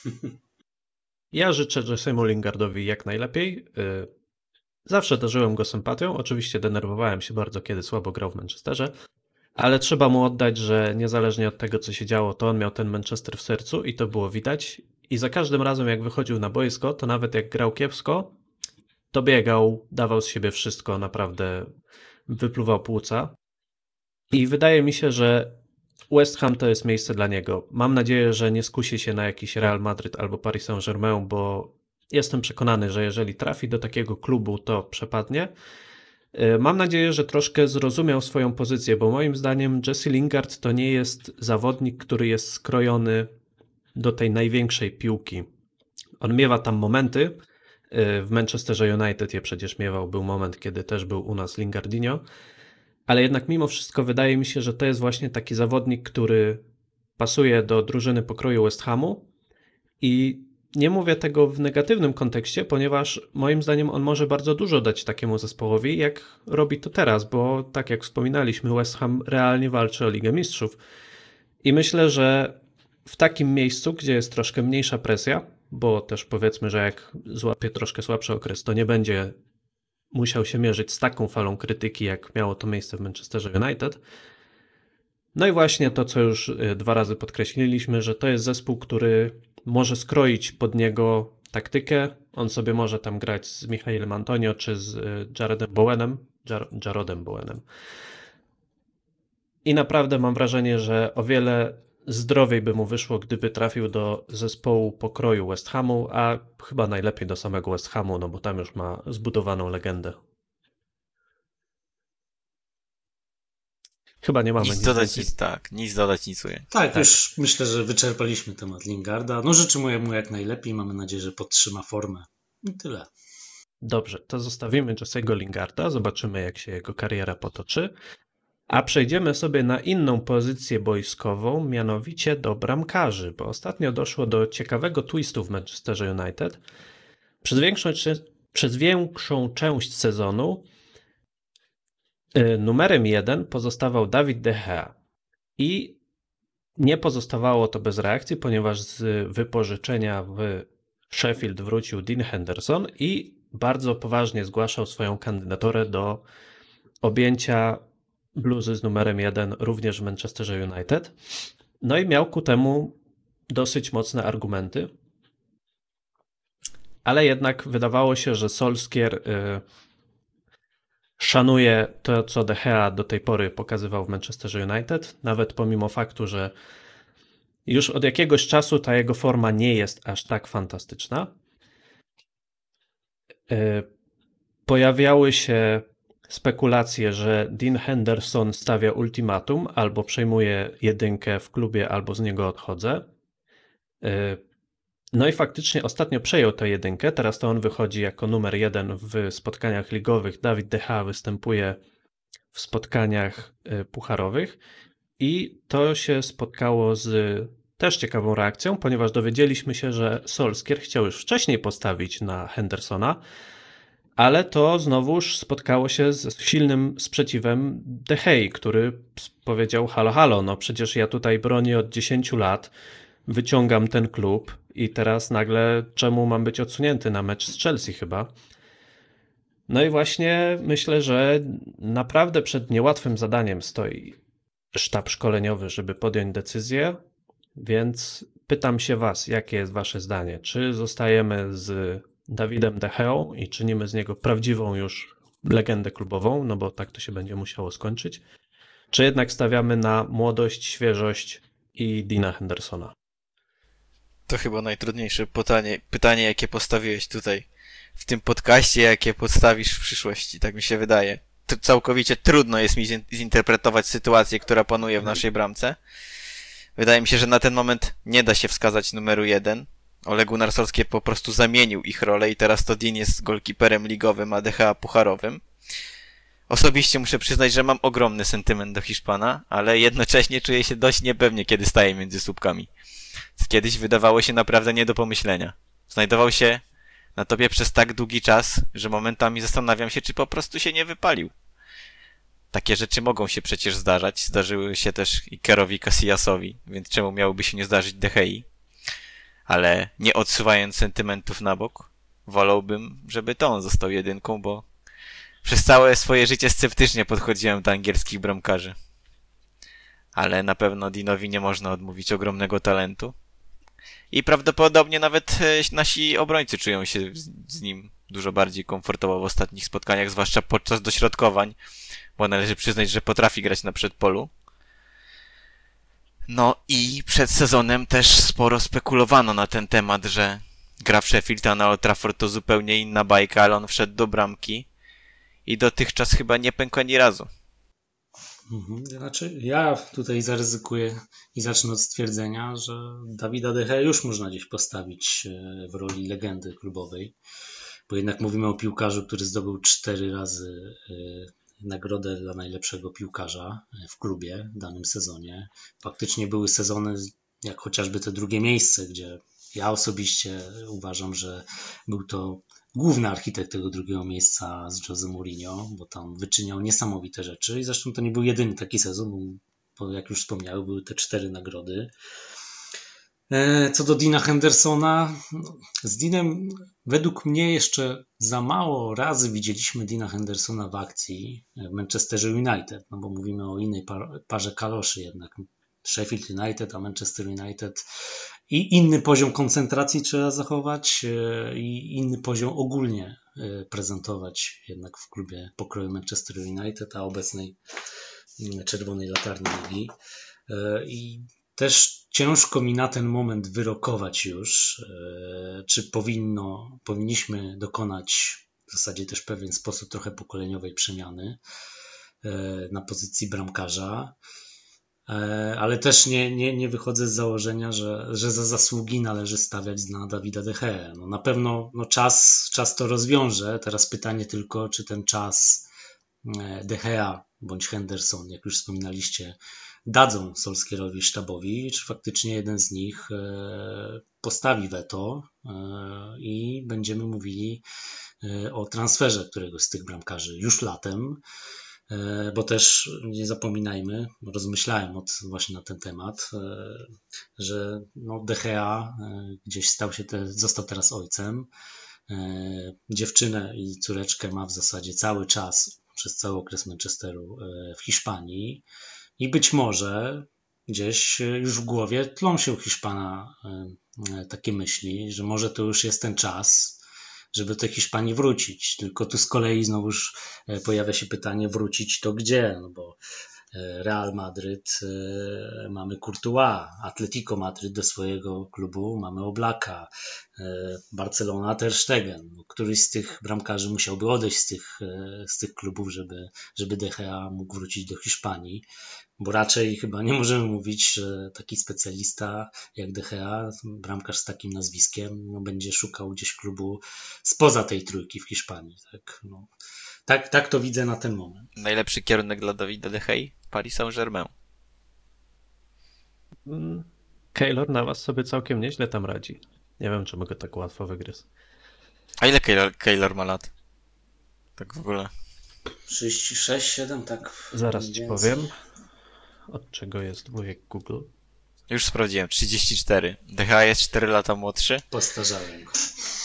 Ja życzę Jesse'emu Lingardowi jak najlepiej. Zawsze darzyłem go sympatią. Oczywiście denerwowałem się bardzo, kiedy słabo grał w Manchesterze, ale trzeba mu oddać, że niezależnie od tego, co się działo, to on miał ten Manchester w sercu i to było widać. I za każdym razem, jak wychodził na boisko, to nawet jak grał kiepsko, to biegał, dawał z siebie wszystko, naprawdę wypluwał płuca. I wydaje mi się, że West Ham to jest miejsce dla niego. Mam nadzieję, że nie skusi się na jakiś Real Madrid albo Paris Saint-Germain, bo jestem przekonany, że jeżeli trafi do takiego klubu, to przepadnie. Mam nadzieję, że troszkę zrozumiał swoją pozycję, bo moim zdaniem Jesse Lingard to nie jest zawodnik, który jest skrojony do tej największej piłki. On miewa tam momenty. W Manchesterze United je przecież miewał, był moment, kiedy też był u nas Lingardinho, ale jednak mimo wszystko wydaje mi się, że to jest właśnie taki zawodnik, który pasuje do drużyny pokroju West Hamu i nie mówię tego w negatywnym kontekście, ponieważ moim zdaniem on może bardzo dużo dać takiemu zespołowi, jak robi to teraz, bo tak jak wspominaliśmy, West Ham realnie walczy o Ligę Mistrzów i myślę, że w takim miejscu, gdzie jest troszkę mniejsza presja, bo też powiedzmy, że jak złapie troszkę słabszy okres, to nie będzie musiał się mierzyć z taką falą krytyki, jak miało to miejsce w Manchesterze United. No i właśnie to, co już dwa razy podkreśliliśmy, że to jest zespół, który może skroić pod niego taktykę. On sobie może tam grać z Michailem Antonio czy z Jaredem Bowenem. Jar- Jarodem Bowenem. I naprawdę mam wrażenie, że o wiele zdrowiej by mu wyszło, gdyby trafił do zespołu pokroju West Hamu, a chyba najlepiej do samego West Hamu, no bo tam już ma zbudowaną legendę. Chyba nie mamy Nic nic dodać, więcej. nic tak. Nic dodać, nic ująć. Tak, Tak. już myślę, że wyczerpaliśmy temat Lingarda. No życzymy mu jak najlepiej, mamy nadzieję, że podtrzyma formę. I tyle. Dobrze, to zostawimy Jesse'ego Lingarda, zobaczymy jak się jego kariera potoczy, a przejdziemy sobie na inną pozycję boiskową, mianowicie do bramkarzy, bo ostatnio doszło do ciekawego twistu w Manchesterze United. Przez większą, przez większą część sezonu y, numerem jeden pozostawał David De Gea i nie pozostawało to bez reakcji, ponieważ z wypożyczenia w Sheffield wrócił Dean Henderson i bardzo poważnie zgłaszał swoją kandydaturę do objęcia bluzy z numerem jeden również w Manchesterze United. No i miał ku temu dosyć mocne argumenty. Ale jednak wydawało się, że Solskjaer y, szanuje to, co De Gea do tej pory pokazywał w Manchesterze United, nawet pomimo faktu, że już od jakiegoś czasu ta jego forma nie jest aż tak fantastyczna. Pojawiały się spekulacje, że Dean Henderson stawia ultimatum, albo przejmuje jedynkę w klubie, albo z niego odchodzę. No i faktycznie ostatnio przejął tę jedynkę, teraz to on wychodzi jako numer jeden w spotkaniach ligowych. David De Gea występuje w spotkaniach pucharowych i to się spotkało z też ciekawą reakcją, ponieważ dowiedzieliśmy się, że Solskjaer chciał już wcześniej postawić na Hendersona, ale to znowuż spotkało się z silnym sprzeciwem De Gei, który powiedział: halo, halo, no przecież ja tutaj bronię od dziesięciu lat, wyciągam ten klub i teraz nagle czemu mam być odsunięty na mecz z Chelsea chyba? No i właśnie myślę, że naprawdę przed niełatwym zadaniem stoi sztab szkoleniowy, żeby podjąć decyzję, więc pytam się was, jakie jest wasze zdanie? Czy zostajemy z Dawidem De Geą i czynimy z niego prawdziwą już legendę klubową, no bo tak to się będzie musiało skończyć, czy jednak stawiamy na młodość, świeżość i Deana Hendersona? To chyba najtrudniejsze pytanie, pytanie, jakie postawiłeś tutaj w tym podcaście, jakie podstawisz w przyszłości, tak mi się wydaje. T- całkowicie trudno jest mi zin- zinterpretować sytuację, która panuje w naszej bramce. Wydaje mi się, że na ten moment nie da się wskazać numeru jeden. Ole Gunnar Solskjaer po prostu zamienił ich rolę i teraz to Dean jest golkiperem ligowym, a De Gea pucharowym. Osobiście muszę przyznać, że mam ogromny sentyment do Hiszpana, ale jednocześnie czuję się dość niepewnie, kiedy staję między słupkami. Kiedyś wydawało się naprawdę nie do pomyślenia. Znajdował się na topie przez tak długi czas, że momentami zastanawiam się, czy po prostu się nie wypalił. Takie rzeczy mogą się przecież zdarzać. Zdarzyły się też Ikerowi Casillasowi, więc czemu miałoby się nie zdarzyć De Gei? Ale nie odsuwając sentymentów na bok, wolałbym, żeby to on został jedynką, bo przez całe swoje życie sceptycznie podchodziłem do angielskich bramkarzy. Ale na pewno Deanowi nie można odmówić ogromnego talentu. I prawdopodobnie nawet nasi obrońcy czują się z nim dużo bardziej komfortowo w ostatnich spotkaniach, zwłaszcza podczas dośrodkowań, bo należy przyznać, że potrafi grać na przedpolu. No i przed sezonem też sporo spekulowano na ten temat, że gra w Sheffield, a na Old Trafford to zupełnie inna bajka, ale on wszedł do bramki i dotychczas chyba nie pękł ani razu. Mhm. Znaczy, ja tutaj zaryzykuję i zacznę od stwierdzenia, że Davida De Gea już można gdzieś postawić w roli legendy klubowej, bo jednak mówimy o piłkarzu, który zdobył cztery razy nagrodę dla najlepszego piłkarza w klubie w danym sezonie. Faktycznie były sezony, jak chociażby te drugie miejsce, gdzie ja osobiście uważam, że był to główny architekt tego drugiego miejsca z Jose Mourinho, bo tam wyczyniał niesamowite rzeczy i zresztą to nie był jedyny taki sezon, bo jak już wspomniałem, były te cztery nagrody. Co do Deana Hendersona, z Deanem według mnie jeszcze za mało razy widzieliśmy Deana Hendersona w akcji w Manchesterze United, no bo mówimy o innej par- parze kaloszy jednak. Sheffield United, a Manchester United i inny poziom koncentracji trzeba zachować i inny poziom ogólnie prezentować jednak w klubie pokroju Manchester United, a obecnej czerwonej latarni ligi. I też ciężko mi na ten moment wyrokować już, czy powinno, powinniśmy dokonać w zasadzie też w pewien sposób trochę pokoleniowej przemiany na pozycji bramkarza. Ale też nie, nie, nie wychodzę z założenia, że, że za zasługi należy stawiać na Davida De Gea. No na pewno no czas, czas to rozwiąże. Teraz pytanie tylko, czy ten czas De Gea bądź Henderson, jak już wspominaliście, dadzą Solskjaerowi sztabowi, czy faktycznie jeden z nich postawi weto i będziemy mówili o transferze któregoś z tych bramkarzy już latem. Bo też nie zapominajmy, rozmyślałem od, właśnie na ten temat, że no De Gea gdzieś stał się, te, został teraz ojcem. Dziewczynę i córeczkę ma w zasadzie cały czas, przez cały okres Manchesteru w Hiszpanii i być może gdzieś już w głowie tlą się u Hiszpana takie myśli, że może to już jest ten czas, żeby do tej Hiszpanii wrócić. Tylko tu z kolei znowuż pojawia się pytanie, wrócić to gdzie? No bo Real Madryt, mamy Courtois, Atletico Madryt do swojego klubu, mamy Oblaka, Barcelona Ter Stegen. Któryś z tych bramkarzy musiałby odejść z tych, z tych klubów, żeby, żeby De Gea mógł wrócić do Hiszpanii. Bo raczej chyba nie możemy mówić, że taki specjalista jak De Gea, bramkarz z takim nazwiskiem, no, będzie szukał gdzieś klubu spoza tej trójki w Hiszpanii. Tak, no. tak, tak to widzę na ten moment. Najlepszy kierunek dla Davida De Gea? Paris Saint-Germain. Keylor na was sobie całkiem nieźle tam radzi. Nie wiem, czy mogę tak łatwo wygryźć. A ile Keylor, Keylor ma lat? Tak w ogóle. trzydzieści sześć, siedem, tak. Zaraz mniej ci więcej. powiem, od czego jest wujek Google. Już sprawdziłem, trzydzieści cztery. De Gea jest cztery lata młodszy. Postarzałem go.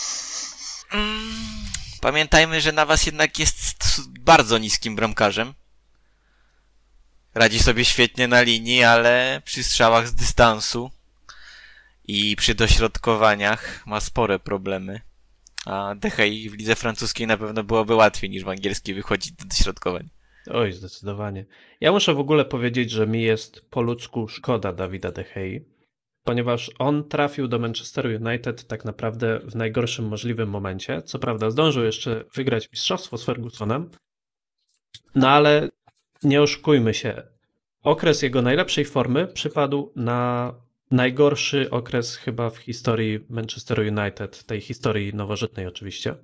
Pamiętajmy, że Navas jednak jest bardzo niskim bramkarzem. Radzi sobie świetnie na linii, ale przy strzałach z dystansu i przy dośrodkowaniach ma spore problemy. A De Gea w lidze francuskiej na pewno byłoby łatwiej niż w angielskiej wychodzić do dośrodkowań. Oj, zdecydowanie. Ja muszę w ogóle powiedzieć, że mi jest po ludzku szkoda Dawida De Gei, ponieważ on trafił do Manchesteru United tak naprawdę w najgorszym możliwym momencie. Co prawda zdążył jeszcze wygrać mistrzostwo z Fergusonem, no ale nie oszukujmy się. Okres jego najlepszej formy przypadł na najgorszy okres chyba w historii Manchesteru United, tej historii nowożytnej oczywiście.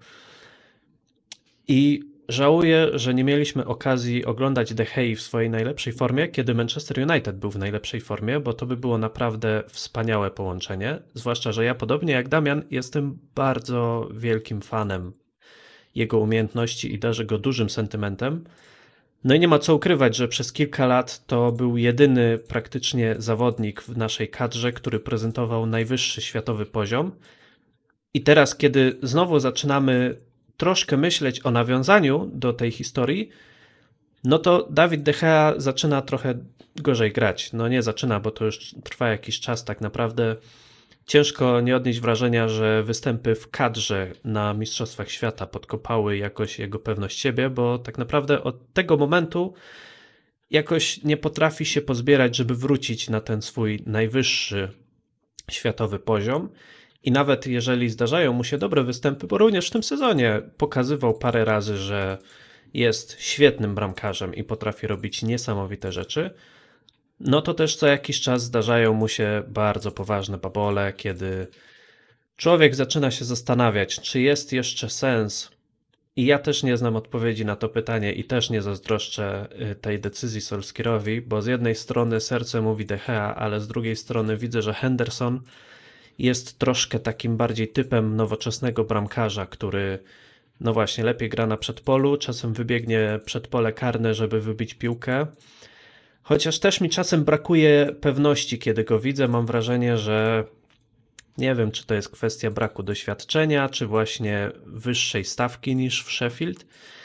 I żałuję, że nie mieliśmy okazji oglądać De Gei w swojej najlepszej formie, kiedy Manchester United był w najlepszej formie, bo to by było naprawdę wspaniałe połączenie. Zwłaszcza, że ja podobnie jak Damian jestem bardzo wielkim fanem jego umiejętności i darzę go dużym sentymentem. No i nie ma co ukrywać, że przez kilka lat to był jedyny praktycznie zawodnik w naszej kadrze, który prezentował najwyższy światowy poziom. I teraz, kiedy znowu zaczynamy troszkę myśleć o nawiązaniu do tej historii, no to Dawid De Gea zaczyna trochę gorzej grać. No nie zaczyna, bo to już trwa jakiś czas tak naprawdę. Ciężko nie odnieść wrażenia, że występy w kadrze na Mistrzostwach Świata podkopały jakoś jego pewność siebie, bo tak naprawdę od tego momentu jakoś nie potrafi się pozbierać, żeby wrócić na ten swój najwyższy światowy poziom. I nawet jeżeli zdarzają mu się dobre występy, bo również w tym sezonie pokazywał parę razy, że jest świetnym bramkarzem i potrafi robić niesamowite rzeczy, no to też co jakiś czas zdarzają mu się bardzo poważne babole, kiedy człowiek zaczyna się zastanawiać, czy jest jeszcze sens. I ja też nie znam odpowiedzi na to pytanie i też nie zazdroszczę tej decyzji Solskjaerowi, bo z jednej strony serce mówi De Gea, ale z drugiej strony widzę, że Henderson jest troszkę takim bardziej typem nowoczesnego bramkarza, który no właśnie lepiej gra na przedpolu, czasem wybiegnie przed pole karne, żeby wybić piłkę. Chociaż też mi czasem brakuje pewności, kiedy go widzę. Mam wrażenie, że nie wiem, czy to jest kwestia braku doświadczenia, czy właśnie wyższej stawki niż w Sheffield,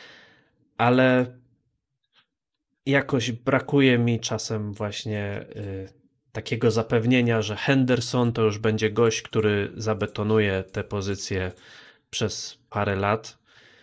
ale jakoś brakuje mi czasem właśnie y, takiego zapewnienia, że Henderson to już będzie gość, który zabetonuje tę pozycję przez parę lat.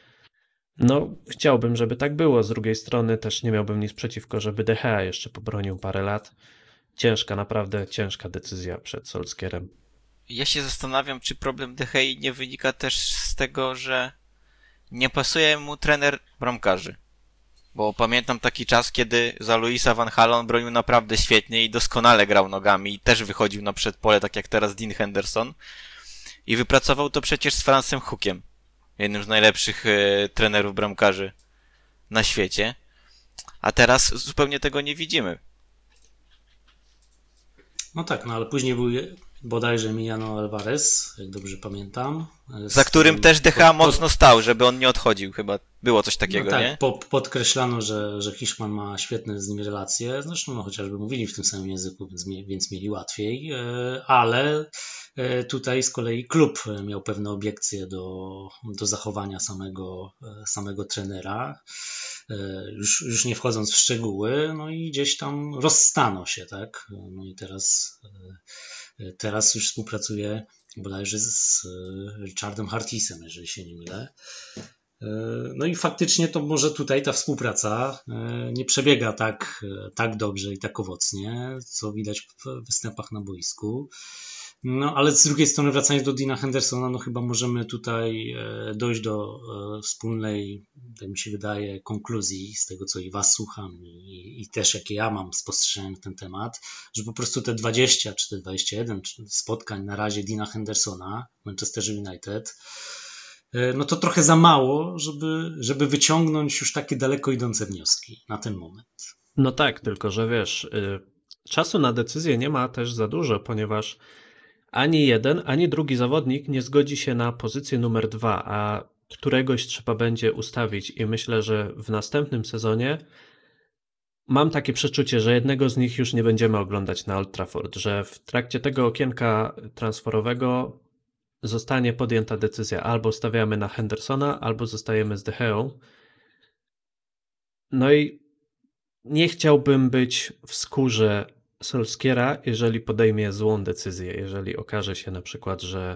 No, chciałbym, żeby tak było. Z drugiej strony też nie miałbym nic przeciwko, żeby De Gea jeszcze pobronił parę lat. Ciężka, naprawdę ciężka decyzja przed Solskjaerem. Ja się zastanawiam, czy problem De Gei nie wynika też z tego, że nie pasuje mu trener bramkarzy. Bo pamiętam taki czas, kiedy za Louisa Van Gaal on bronił naprawdę świetnie i doskonale grał nogami i też wychodził na przedpole, tak jak teraz Dean Henderson. I wypracował to przecież z Francem Hookiem, jednym z najlepszych e, trenerów bramkarzy na świecie. A teraz zupełnie tego nie widzimy. No tak, no ale później był je- bodajże Emiliano Alvarez, jak dobrze pamiętam. z Za którym też De Gea pod- pod- mocno stał, żeby on nie odchodził. Chyba było coś takiego, no tak, nie? Po, podkreślano, że, że Hiszpan ma świetne z nim relacje. Zresztą no, chociażby mówili w tym samym języku, więc, mie- więc mieli łatwiej. e, Ale e, tutaj z kolei klub miał pewne obiekcje do, do zachowania samego, e, samego trenera. E, Już, już nie wchodząc w szczegóły, no i gdzieś tam rozstano się, tak? No i teraz, e, teraz już współpracuje bodajże z e, Richardem Hartisem, jeżeli się nie mylę. E, No i faktycznie to może tutaj ta współpraca e, nie przebiega tak, e, tak dobrze i tak owocnie, co widać w występach na boisku. No, ale z drugiej strony, wracając do Deana Hendersona, no chyba możemy tutaj e, dojść do e, wspólnej, tak mi się wydaje, konkluzji z tego, co i was słucham i, i też jakie ja mam spostrzeżenia na ten temat, że po prostu te dwadzieścia czy te dwadzieścia jeden spotkań na razie Deana Hendersona w Manchesterze United, e, no to trochę za mało, żeby, żeby wyciągnąć już takie daleko idące wnioski na ten moment. No tak, tylko że wiesz, y, czasu na decyzję nie ma też za dużo, ponieważ ani jeden, ani drugi zawodnik nie zgodzi się na pozycję numer dwa, a któregoś trzeba będzie ustawić i myślę, że w następnym sezonie mam takie przeczucie, że jednego z nich już nie będziemy oglądać na Old Trafford, że w trakcie tego okienka transferowego zostanie podjęta decyzja, albo stawiamy na Hendersona, albo zostajemy z De Geą. No i nie chciałbym być w skórze Solskiera, jeżeli podejmie złą decyzję, jeżeli okaże się na przykład, że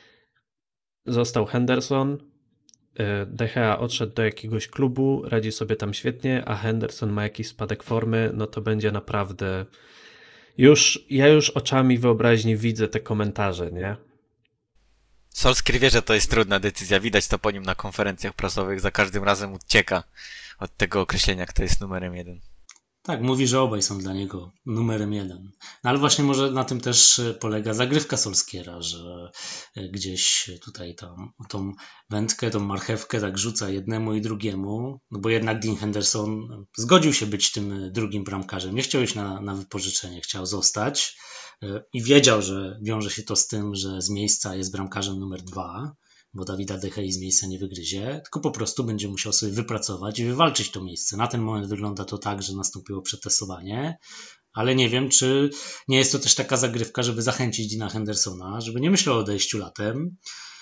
został Henderson, De Gea odszedł do jakiegoś klubu, radzi sobie tam świetnie, a Henderson ma jakiś spadek formy, no to będzie naprawdę... Już, ja już oczami wyobraźni widzę te komentarze, nie? Solskjaer wie, że to jest trudna decyzja. Widać to po nim na konferencjach prasowych. Za każdym razem ucieka od tego określenia, kto jest numerem jeden. Tak, mówi, że obaj są dla niego numerem jeden. No ale właśnie może na tym też polega zagrywka Solskiera, że gdzieś tutaj tam tą wędkę, tą marchewkę tak rzuca jednemu i drugiemu, no bo jednak Dean Henderson zgodził się być tym drugim bramkarzem. Nie chciał iść na, na wypożyczenie, chciał zostać i wiedział, że wiąże się to z tym, że z miejsca jest bramkarzem numer dwa, bo Dawida De Gea z miejsca nie wygryzie, tylko po prostu będzie musiał sobie wypracować i wywalczyć to miejsce. Na ten moment wygląda to tak, że nastąpiło przetestowanie, ale nie wiem, czy nie jest to też taka zagrywka, żeby zachęcić Deana Hendersona, żeby nie myślał o odejściu latem,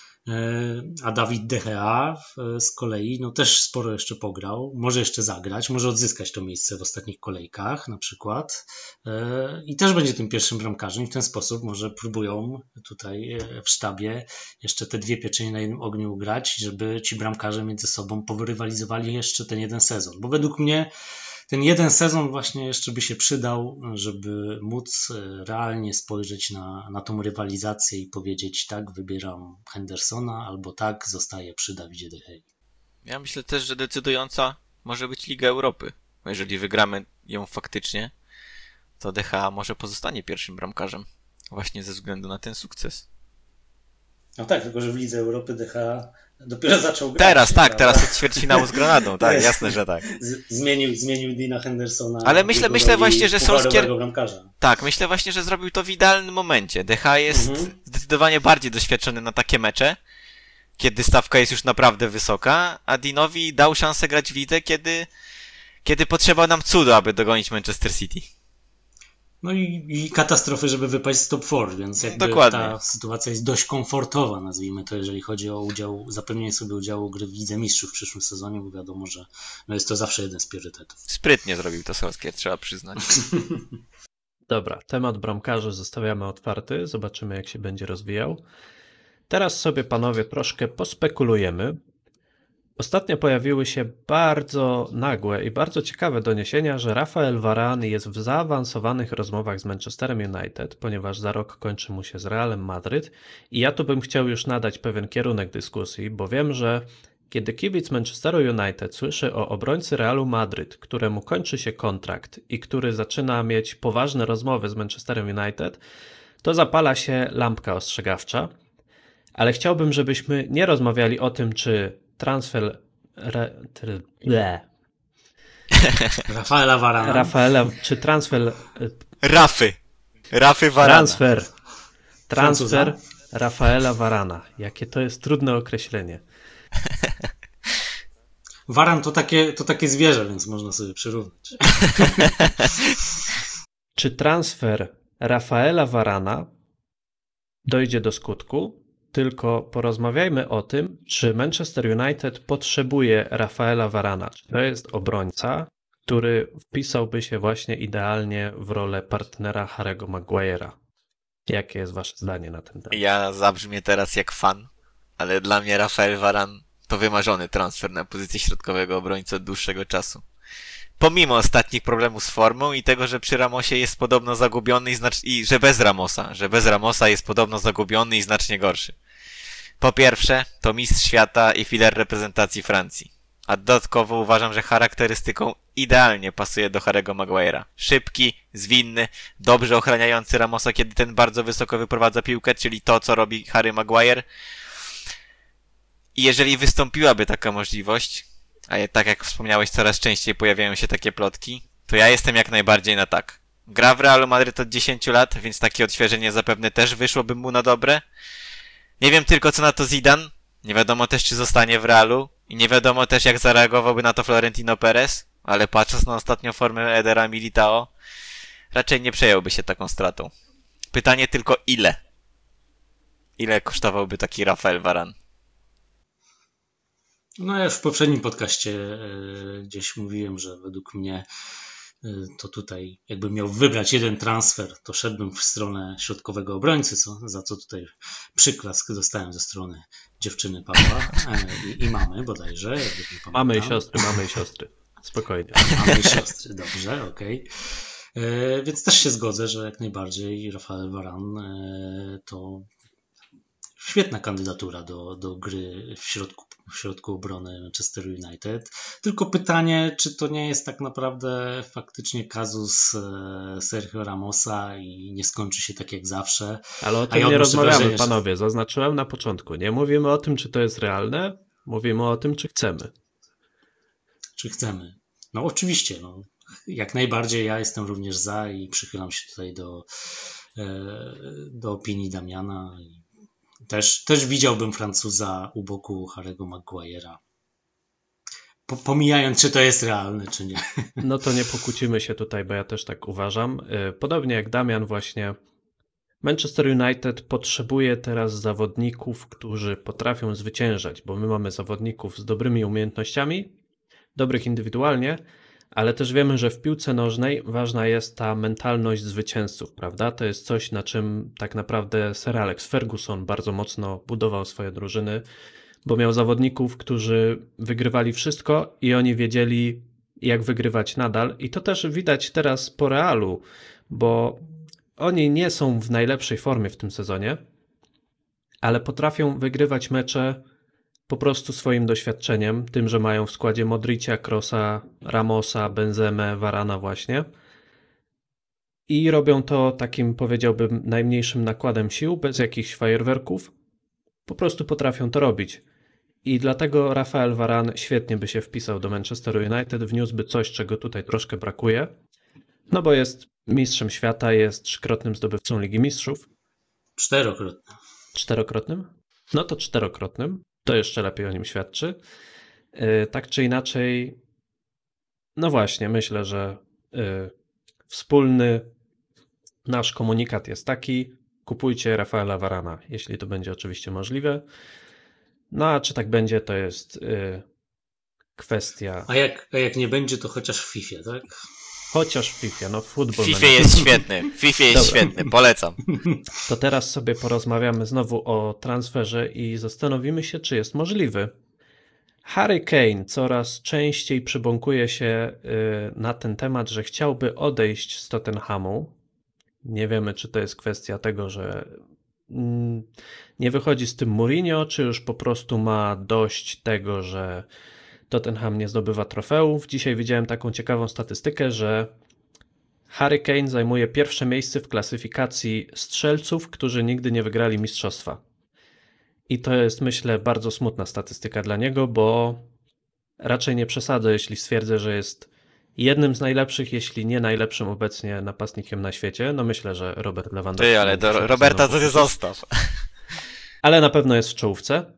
a Dawid De Gea z kolei no też sporo jeszcze pograł, może jeszcze zagrać, może odzyskać to miejsce w ostatnich kolejkach na przykład i też będzie tym pierwszym bramkarzem i w ten sposób może próbują tutaj w sztabie jeszcze te dwie pieczenie na jednym ogniu grać, żeby ci bramkarze między sobą porywalizowali jeszcze ten jeden sezon, bo według mnie ten jeden sezon właśnie jeszcze by się przydał, żeby móc realnie spojrzeć na, na tą rywalizację i powiedzieć tak, wybieram Hendersona, albo tak, zostaję przy Dawidzie De Gea. Ja myślę też, że decydująca może być Liga Europy. Bo jeżeli wygramy ją faktycznie, to De Gea może pozostanie pierwszym bramkarzem. Właśnie ze względu na ten sukces. No tak, tylko że w Lidze Europy De Gea dopiero zaczął grać. Teraz, tak, teraz od ćwierćfinału z Granadą, tak, jasne, że tak. Zmienił, zmienił Deana Hendersona. Ale myślę, myślę właśnie, że Solskjaer... bramkarza. Tak, myślę właśnie, że zrobił to w idealnym momencie. De Gea jest mhm. zdecydowanie bardziej doświadczony na takie mecze, kiedy stawka jest już naprawdę wysoka, a Deanowi dał szansę grać w lidze, kiedy, kiedy potrzeba nam cudu, aby dogonić Manchester City. No i, i katastrofy, żeby wypaść z top cztery, więc jakby Dokładnie. Ta sytuacja jest dość komfortowa, nazwijmy to, jeżeli chodzi o udział, zapewnienie sobie udziału gry w Lidze Mistrzów w przyszłym sezonie, bo wiadomo, że no jest to zawsze jeden z priorytetów. Sprytnie zrobił to Solskjaer, trzeba przyznać. Dobra, temat bramkarzy zostawiamy otwarty, zobaczymy jak się będzie rozwijał. Teraz sobie panowie troszkę pospekulujemy. Ostatnio pojawiły się bardzo nagłe i bardzo ciekawe doniesienia, że Rafael Varane jest w zaawansowanych rozmowach z Manchesterem United, ponieważ za rok kończy mu się z Realem Madryt i ja tu bym chciał już nadać pewien kierunek dyskusji, bo wiem, że kiedy kibic Manchesteru United słyszy o obrońcy Realu Madryt, któremu kończy się kontrakt i który zaczyna mieć poważne rozmowy z Manchesterem United, to zapala się lampka ostrzegawcza, ale chciałbym, żebyśmy nie rozmawiali o tym, czy transfer... Re, ble. Rafaela Varana. Rafaela, czy transfer... Rafy. Rafy Varana. Transfer. Transfer Rafaela Varana. Jakie to jest trudne określenie. Varan to takie, to takie zwierzę, więc można sobie przyrównać. Czy transfer Rafaela Varana dojdzie do skutku? Tylko porozmawiajmy o tym, czy Manchester United potrzebuje Rafaela Varana. Czy to jest obrońca, który wpisałby się właśnie idealnie w rolę partnera Harry'ego Maguire'a? Jakie jest wasze zdanie na ten temat? Ja zabrzmię teraz jak fan, ale dla mnie Rafael Varane to wymarzony transfer na pozycję środkowego obrońcy od dłuższego czasu. Pomimo ostatnich problemów z formą i tego, że przy Ramosie jest podobno zagubiony i, znacz... i że bez Ramosa, że bez Ramosa jest podobno zagubiony i znacznie gorszy. Po pierwsze, to mistrz świata i filar reprezentacji Francji. A dodatkowo uważam, że charakterystyką idealnie pasuje do Harry'ego Maguire'a. Szybki, zwinny, dobrze ochraniający Ramosa, kiedy ten bardzo wysoko wyprowadza piłkę, czyli to, co robi Harry Maguire. I jeżeli wystąpiłaby taka możliwość, a tak jak wspomniałeś, coraz częściej pojawiają się takie plotki, to ja jestem jak najbardziej na tak. Gra w Realu Madryt od dziesięciu lat, więc takie odświeżenie zapewne też wyszłoby mu na dobre. Nie wiem tylko, co na to Zidane, Nie wiadomo też, czy zostanie w Realu i nie wiadomo też, jak zareagowałby na to Florentino Perez, ale patrząc na ostatnią formę Edera Militao, raczej nie przejąłby się taką stratą. Pytanie tylko ile? Ile kosztowałby taki Rafael Varane? No ja w poprzednim podcaście e, gdzieś mówiłem, że według mnie e, to tutaj jakbym miał wybrać jeden transfer, to szedłbym w stronę środkowego obrońcy, co, za co tutaj przyklask dostałem ze strony dziewczyny Pawła e, i, i mamy bodajże. jak dobrze pamiętam. Mamy i siostry, mamy i siostry. Spokojnie. Mamy i siostry, dobrze, okej. E, Więc też się zgodzę, że jak najbardziej Rafael Varane e, to świetna kandydatura do, do gry w środku, w środku obrony Manchester United. Tylko pytanie, czy to nie jest tak naprawdę faktycznie kazus e, Sergio Ramosa i nie skończy się tak jak zawsze. Ale o A tym ja nie odnoszę rozmawiamy, wrażenie, że- panowie. Zaznaczyłem na początku. Nie mówimy o tym, czy to jest realne. Mówimy o tym, czy chcemy. Czy chcemy? No oczywiście, no, jak najbardziej ja jestem również za i przychylam się tutaj do, e, do opinii Damiana. I Też, też widziałbym Francuza u boku Harry'ego Maguire'a. Po, pomijając, czy to jest realne, czy nie. No to nie pokłócimy się tutaj, bo ja też tak uważam. Y, Podobnie jak Damian właśnie, Manchester United potrzebuje teraz zawodników, którzy potrafią zwyciężać, bo my mamy zawodników z dobrymi umiejętnościami, dobrych indywidualnie, ale też wiemy, że w piłce nożnej ważna jest ta mentalność zwycięzców, prawda? To jest coś, na czym tak naprawdę Sir Alex Ferguson bardzo mocno budował swoje drużyny, bo miał zawodników, którzy wygrywali wszystko i oni wiedzieli, jak wygrywać nadal. I to też widać teraz po Realu, bo oni nie są w najlepszej formie w tym sezonie, ale potrafią wygrywać mecze po prostu swoim doświadczeniem, tym, że mają w składzie Modricia, Krosa, Ramosa, Benzemę, Varana właśnie. I robią to takim, powiedziałbym, najmniejszym nakładem sił, bez jakichś fajerwerków. Po prostu potrafią to robić. I dlatego Rafael Varane świetnie by się wpisał do Manchesteru United, wniósłby coś, czego tutaj troszkę brakuje. No bo jest mistrzem świata, jest trzykrotnym zdobywcą Ligi Mistrzów. Czterokrotnie. Czterokrotnym? No to czterokrotnym. To jeszcze lepiej o nim świadczy. Yy, tak czy inaczej, no właśnie, myślę, że yy, wspólny nasz komunikat jest taki: kupujcie Rafaela Varana, jeśli to będzie oczywiście możliwe. No a czy tak będzie, to jest yy, kwestia... A jak, a jak nie będzie, to chociaż w FIFA, tak? Chociaż w FIFA, no w W futbol. FIFA jest świetny, w FIFA jest Dobra. świetny, polecam. To teraz sobie porozmawiamy znowu o transferze i zastanowimy się, czy jest możliwy. Harry Kane coraz częściej przybąkuje się y, na ten temat, że chciałby odejść z Tottenhamu. Nie wiemy, czy to jest kwestia tego, że mm, nie wychodzi z tym Mourinho, czy już po prostu ma dość tego, że Tottenham nie zdobywa trofeów. Dzisiaj widziałem taką ciekawą statystykę, że Harry Kane zajmuje pierwsze miejsce w klasyfikacji strzelców, którzy nigdy nie wygrali mistrzostwa. I to jest, myślę, bardzo smutna statystyka dla niego, bo raczej nie przesadzę, jeśli stwierdzę, że jest jednym z najlepszych, jeśli nie najlepszym obecnie napastnikiem na świecie. No myślę, że Robert Lewandowski... Ty, ale do mógłby się Roberta to ze mną ty powtórzyć. zostaw. Ale na pewno jest w czołówce.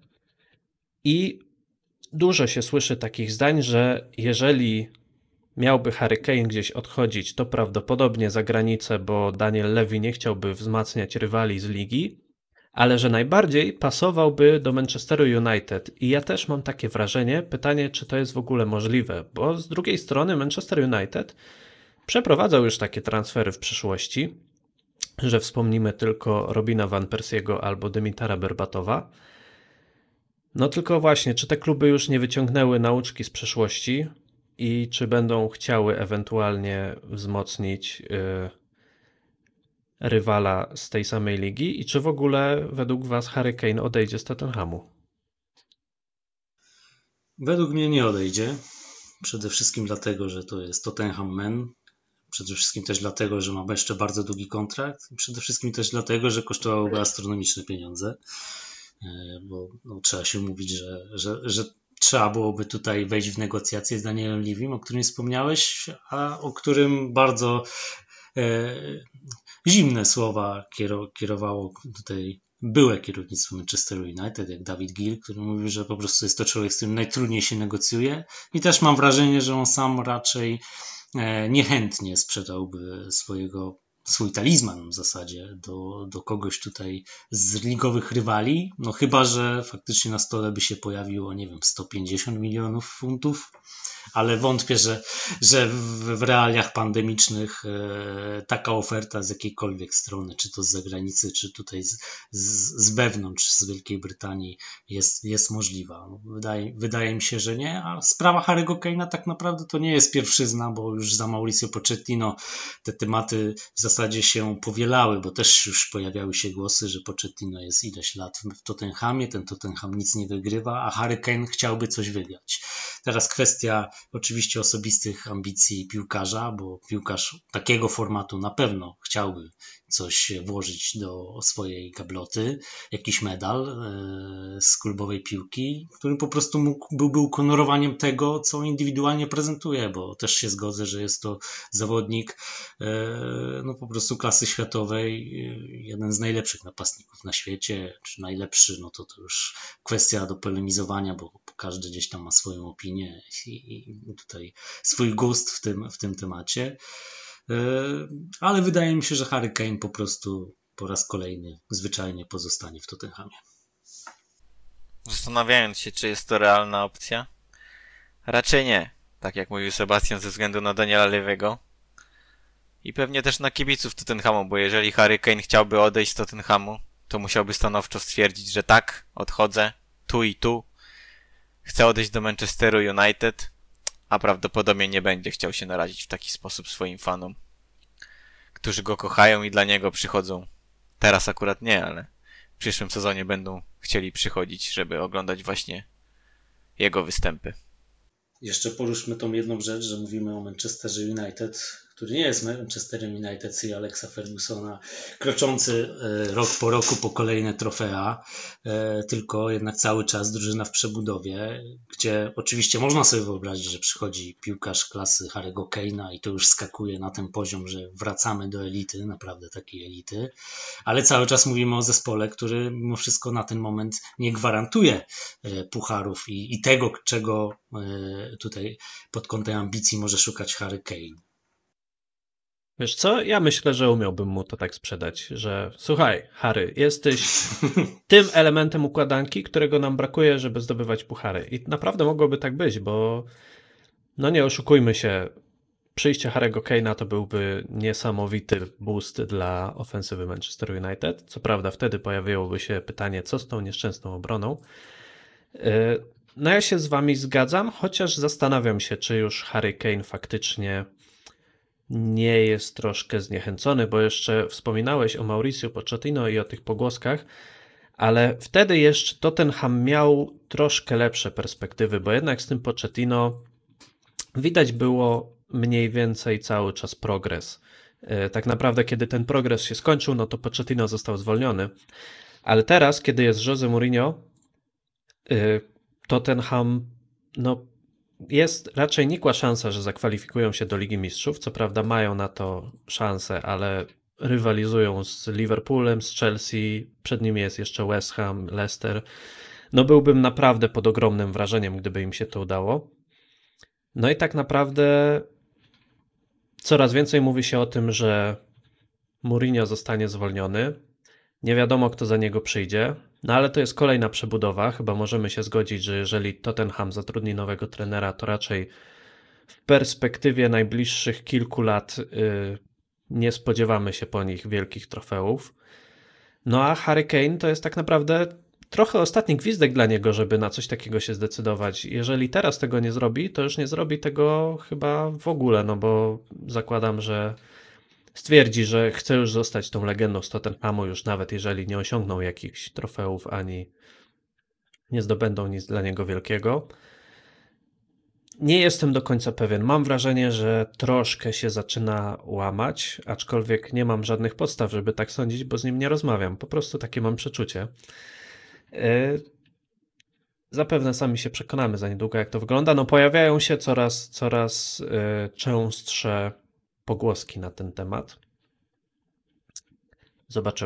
I dużo się słyszy takich zdań, że jeżeli miałby Harry Kane gdzieś odchodzić, to prawdopodobnie za granicę, bo Daniel Levy nie chciałby wzmacniać rywali z ligi, ale że najbardziej pasowałby do Manchesteru United. I ja też mam takie wrażenie, pytanie, czy to jest w ogóle możliwe, bo z drugiej strony Manchester United przeprowadzał już takie transfery w przyszłości, że wspomnimy tylko Robina Van Persiego albo Dymitara Berbatowa. No tylko właśnie, czy te kluby już nie wyciągnęły nauczki z przeszłości i czy będą chciały ewentualnie wzmocnić yy, rywala z tej samej ligi i czy w ogóle według was Harry Kane odejdzie z Tottenhamu? Według mnie nie odejdzie. Przede wszystkim dlatego, że to jest Tottenham Man. Przede wszystkim też dlatego, że ma jeszcze bardzo długi kontrakt. I przede wszystkim też dlatego, że kosztowałoby astronomiczne pieniądze. Bo no, trzeba się mówić, że, że, że trzeba byłoby tutaj wejść w negocjacje z Danielem Levym, o którym wspomniałeś, a o którym bardzo e, zimne słowa kiero, kierowało tutaj byłe kierownictwo Manchesteru United, jak David Gill, który mówił, że po prostu jest to człowiek, z którym najtrudniej się negocjuje i też mam wrażenie, że on sam raczej niechętnie sprzedałby swojego swój talizman w zasadzie do, do kogoś tutaj z ligowych rywali, no chyba, że faktycznie na stole by się pojawiło, nie wiem, sto pięćdziesiąt milionów funtów, ale wątpię, że, że w, w realiach pandemicznych e, taka oferta z jakiejkolwiek strony, czy to z zagranicy, czy tutaj z, z, z wewnątrz, z Wielkiej Brytanii jest, jest możliwa. Wydaje, wydaje mi się, że nie, a sprawa Harry'ego Kane'a tak naprawdę to nie jest pierwszyzna, bo już za Mauricio Pochettino te tematy w zasadzie się powielały, bo też już pojawiały się głosy, że Pochettino jest ileś lat w Tottenhamie, ten Tottenham nic nie wygrywa, a Harry Kane chciałby coś wygrać. Teraz kwestia oczywiście osobistych ambicji piłkarza, bo piłkarz takiego formatu na pewno chciałby coś włożyć do swojej gabloty, jakiś medal e, z klubowej piłki, który po prostu mógł, byłby ukonorowaniem tego, co indywidualnie prezentuje, bo też się zgodzę, że jest to zawodnik e, no po prostu klasy światowej, jeden z najlepszych napastników na świecie, czy najlepszy, no to to już kwestia do polemizowania, bo każdy gdzieś tam ma swoją opinię i, i tutaj swój gust w tym, w tym temacie. Ale wydaje mi się, że Harry Kane po prostu po raz kolejny zwyczajnie pozostanie w Tottenhamie. Zastanawiając się, czy jest to realna opcja? Raczej nie. Tak jak mówił Sebastian, ze względu na Daniela Levy'ego. I pewnie też na kibiców Tottenhamu, bo jeżeli Harry Kane chciałby odejść z Tottenhamu, to musiałby stanowczo stwierdzić, że tak, odchodzę, tu i tu. Chcę odejść do Manchesteru United, a prawdopodobnie nie będzie chciał się narazić w taki sposób swoim fanom, którzy go kochają i dla niego przychodzą. Teraz akurat nie, ale w przyszłym sezonie będą chcieli przychodzić, żeby oglądać właśnie jego występy. Jeszcze poruszmy tą jedną rzecz, że mówimy o Manchesterze United, który nie jest Manchesterem United i Alexa Fergusona, kroczący rok po roku po kolejne trofea, tylko jednak cały czas drużyna w przebudowie, gdzie oczywiście można sobie wyobrazić, że przychodzi piłkarz klasy Harry'ego Kane'a i to już skakuje na ten poziom, że wracamy do elity, naprawdę takiej elity, ale cały czas mówimy o zespole, który mimo wszystko na ten moment nie gwarantuje pucharów i, i tego, czego tutaj pod kątem ambicji może szukać Harry Kane. Wiesz co? Ja myślę, że umiałbym mu to tak sprzedać, że słuchaj, Harry, jesteś tym elementem układanki, którego nam brakuje, żeby zdobywać puchary. I naprawdę mogłoby tak być, bo no nie oszukujmy się, przyjście Harry'ego Kane'a to byłby niesamowity boost dla ofensywy Manchester United. Co prawda wtedy pojawiłoby się pytanie, co z tą nieszczęsną obroną. No ja się z wami zgadzam, chociaż zastanawiam się, czy już Harry Kane faktycznie nie jest troszkę zniechęcony, bo jeszcze wspominałeś o Mauricio Pochettino i o tych pogłoskach, ale wtedy jeszcze Tottenham miał troszkę lepsze perspektywy, bo jednak z tym Pochettino widać było mniej więcej cały czas progres. Tak naprawdę, kiedy ten progres się skończył, no to Pochettino został zwolniony. Ale teraz, kiedy jest Jose Mourinho, Tottenham, no jest raczej nikła szansa, że zakwalifikują się do Ligi Mistrzów. Co prawda mają na to szansę, ale rywalizują z Liverpoolem, z Chelsea, przed nimi jest jeszcze West Ham, Leicester. No byłbym naprawdę pod ogromnym wrażeniem, gdyby im się to udało. No i tak naprawdę coraz więcej mówi się o tym, że Mourinho zostanie zwolniony. Nie wiadomo, kto za niego przyjdzie. No ale to jest kolejna przebudowa. Chyba możemy się zgodzić, że jeżeli Tottenham zatrudni nowego trenera, to raczej w perspektywie najbliższych kilku lat yy, nie spodziewamy się po nich wielkich trofeów. No a Harry Kane to jest tak naprawdę trochę ostatni gwizdek dla niego, żeby na coś takiego się zdecydować. Jeżeli teraz tego nie zrobi, to już nie zrobi tego chyba w ogóle, no bo zakładam, że stwierdzi, że chce już zostać tą legendą z Tottenhamu, już nawet jeżeli nie osiągną jakichś trofeów, ani nie zdobędą nic dla niego wielkiego. Nie jestem do końca pewien. Mam wrażenie, że troszkę się zaczyna łamać, aczkolwiek nie mam żadnych podstaw, żeby tak sądzić, bo z nim nie rozmawiam. Po prostu takie mam przeczucie. Yy, zapewne sami się przekonamy za niedługo, jak to wygląda. No pojawiają się coraz, coraz yy, częstsze pogłoski na ten temat. Zobaczymy.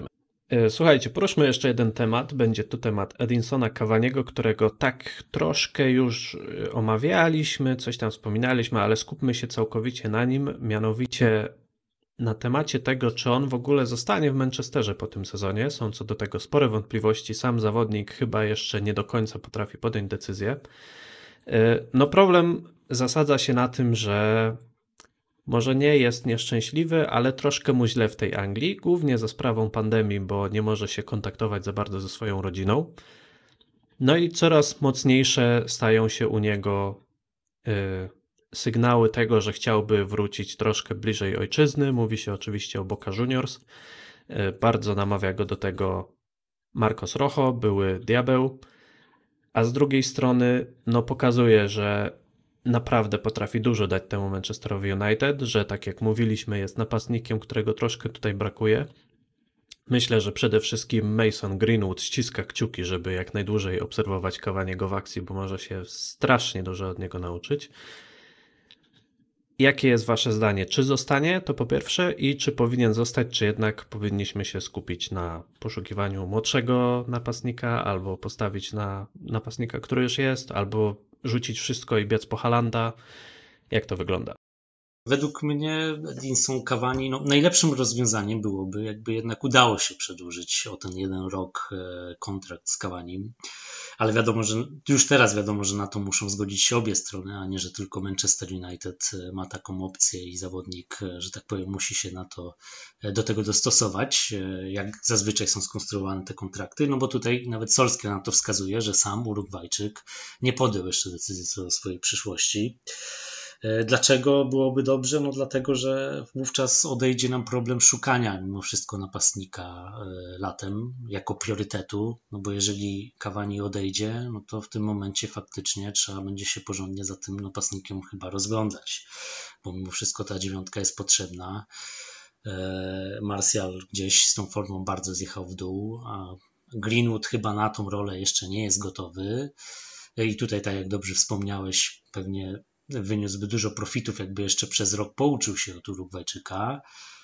Słuchajcie, poruszmy jeszcze jeden temat. Będzie to temat Edinsona Cavaniego, którego tak troszkę już omawialiśmy, coś tam wspominaliśmy, ale skupmy się całkowicie na nim, mianowicie na temacie tego, czy on w ogóle zostanie w Manchesterze po tym sezonie. Są co do tego spore wątpliwości. Sam zawodnik chyba jeszcze nie do końca potrafi podjąć decyzję. No problem zasadza się na tym, że może nie jest nieszczęśliwy, ale troszkę mu źle w tej Anglii, głównie za sprawą pandemii, bo nie może się kontaktować za bardzo ze swoją rodziną. No i coraz mocniejsze stają się u niego y, sygnały tego, że chciałby wrócić troszkę bliżej ojczyzny. Mówi się oczywiście o Boca Juniors. Y, bardzo namawia go do tego Marcos Rojo, były diabeł. A z drugiej strony no pokazuje, że naprawdę potrafi dużo dać temu Manchesterowi United, że tak jak mówiliśmy jest napastnikiem, którego troszkę tutaj brakuje. Myślę, że przede wszystkim Mason Greenwood ściska kciuki, żeby jak najdłużej obserwować Cavaniego w akcji, bo może się strasznie dużo od niego nauczyć. Jakie jest wasze zdanie? Czy zostanie, to po pierwsze, i czy powinien zostać, czy jednak powinniśmy się skupić na poszukiwaniu młodszego napastnika, albo postawić na napastnika, który już jest, albo rzucić wszystko i biec po Haalanda? Jak to wygląda? Według mnie Edinson Cavani, no, najlepszym rozwiązaniem byłoby, jakby jednak udało się przedłużyć o ten jeden rok kontrakt z Cavanim, ale wiadomo, że już teraz wiadomo, że na to muszą zgodzić się obie strony, a nie, że tylko Manchester United ma taką opcję i zawodnik, że tak powiem, musi się na to, do tego dostosować, jak zazwyczaj są skonstruowane te kontrakty, no bo tutaj nawet Solskjaer na to wskazuje, że sam Urugwajczyk nie podjął jeszcze decyzji co do swojej przyszłości. Dlaczego byłoby dobrze? No dlatego, że wówczas odejdzie nam problem szukania mimo wszystko napastnika latem jako priorytetu, no bo jeżeli Cavani odejdzie, no to w tym momencie faktycznie trzeba będzie się porządnie za tym napastnikiem chyba rozglądać, bo mimo wszystko ta dziewiątka jest potrzebna. Martial gdzieś z tą formą bardzo zjechał w dół, a Greenwood chyba na tą rolę jeszcze nie jest gotowy i tutaj, tak jak dobrze wspomniałeś, pewnie wyniósłby dużo profitów, jakby jeszcze przez rok pouczył się od Urugwajczyka,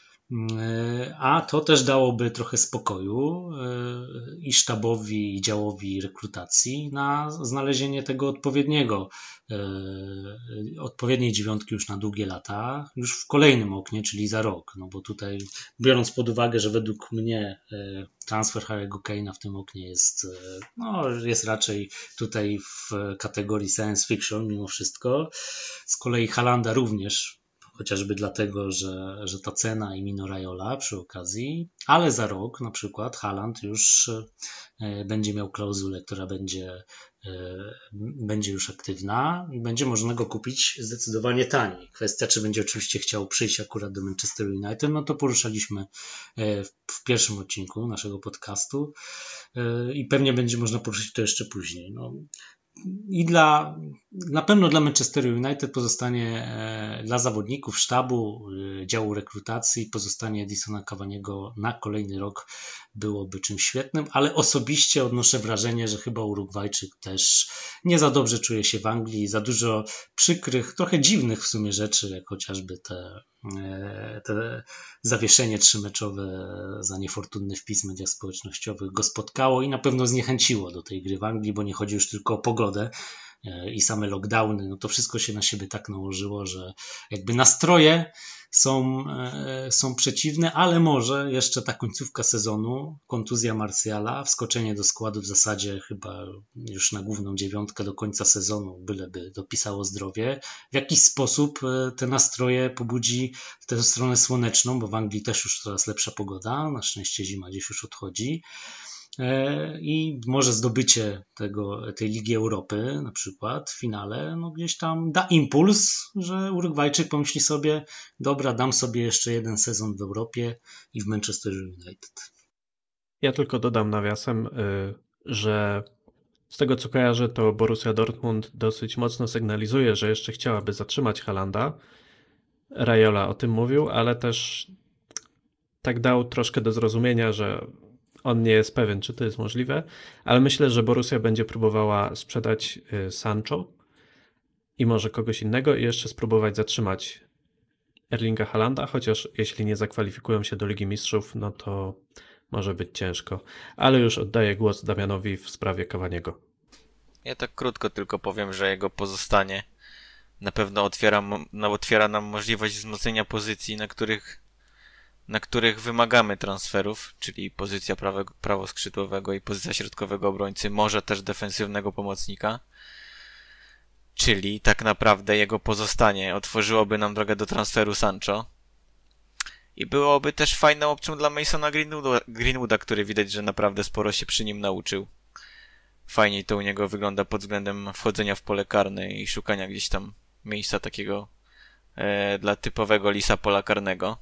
a to też dałoby trochę spokoju i sztabowi, i działowi rekrutacji na znalezienie tego odpowiedniego, odpowiedniej dziewiątki już na długie lata, już w kolejnym oknie, czyli za rok, no bo tutaj biorąc pod uwagę, że według mnie transfer Harry'ego Kane'a w tym oknie jest, no, jest raczej tutaj w kategorii science fiction mimo wszystko, z kolei Haalanda również, chociażby dlatego, że, że ta cena i Mino Raiola przy okazji, ale za rok na przykład Haaland już będzie miał klauzulę, która będzie, będzie już aktywna i będzie można go kupić zdecydowanie taniej. Kwestia, czy będzie oczywiście chciał przyjść akurat do Manchester United, no to poruszaliśmy w pierwszym odcinku naszego podcastu i pewnie będzie można poruszyć to jeszcze później. No, i dla, na pewno dla Manchester United pozostanie, dla zawodników, sztabu, działu rekrutacji, pozostanie Edisona Cavaniego na kolejny rok byłoby czymś świetnym, ale osobiście odnoszę wrażenie, że chyba Urugwajczyk też nie za dobrze czuje się w Anglii, za dużo przykrych, trochę dziwnych w sumie rzeczy, jak chociażby te, te zawieszenie trzymeczowe za niefortunny wpis w mediach społecznościowych go spotkało i na pewno zniechęciło do tej gry w Anglii, bo nie chodzi już tylko o pogodę i same lockdowny, no to wszystko się na siebie tak nałożyło, że jakby nastroje są, są przeciwne, ale może jeszcze ta końcówka sezonu, kontuzja Martiala, wskoczenie do składu w zasadzie chyba już na główną dziewiątkę do końca sezonu, byleby dopisało zdrowie, w jakiś sposób te nastroje pobudzi w tę stronę słoneczną, bo w Anglii też już coraz lepsza pogoda, na szczęście zima gdzieś już odchodzi. I może zdobycie tego, tej Ligi Europy na przykład w finale, no gdzieś tam da impuls, że Urugwajczyk pomyśli sobie, dobra, dam sobie jeszcze jeden sezon w Europie i w Manchester United. Ja tylko dodam nawiasem, że z tego co kojarzę, to Borussia Dortmund dosyć mocno sygnalizuje, że jeszcze chciałaby zatrzymać Haalanda. Raiola o tym mówił, ale też tak dał troszkę do zrozumienia, że on nie jest pewien, czy to jest możliwe, ale myślę, że Borussia będzie próbowała sprzedać Sancho i może kogoś innego i jeszcze spróbować zatrzymać Erlinga Haalanda, chociaż jeśli nie zakwalifikują się do Ligi Mistrzów, no to może być ciężko. Ale już oddaję głos Damianowi w sprawie Cavaniego. Ja tak krótko tylko powiem, że jego pozostanie na pewno otwiera, mo- no, otwiera nam możliwość wzmocnienia pozycji, na których, na których wymagamy transferów, czyli pozycja prawego, prawoskrzydłowego i pozycja środkowego obrońcy, może też defensywnego pomocnika. Czyli tak naprawdę jego pozostanie otworzyłoby nam drogę do transferu Sancho. I byłoby też fajną opcją dla Masona Greenwooda, Greenwooda, który widać, że naprawdę sporo się przy nim nauczył. Fajniej to u niego wygląda pod względem wchodzenia w pole karne i szukania gdzieś tam miejsca takiego e, dla typowego lisa pola karnego.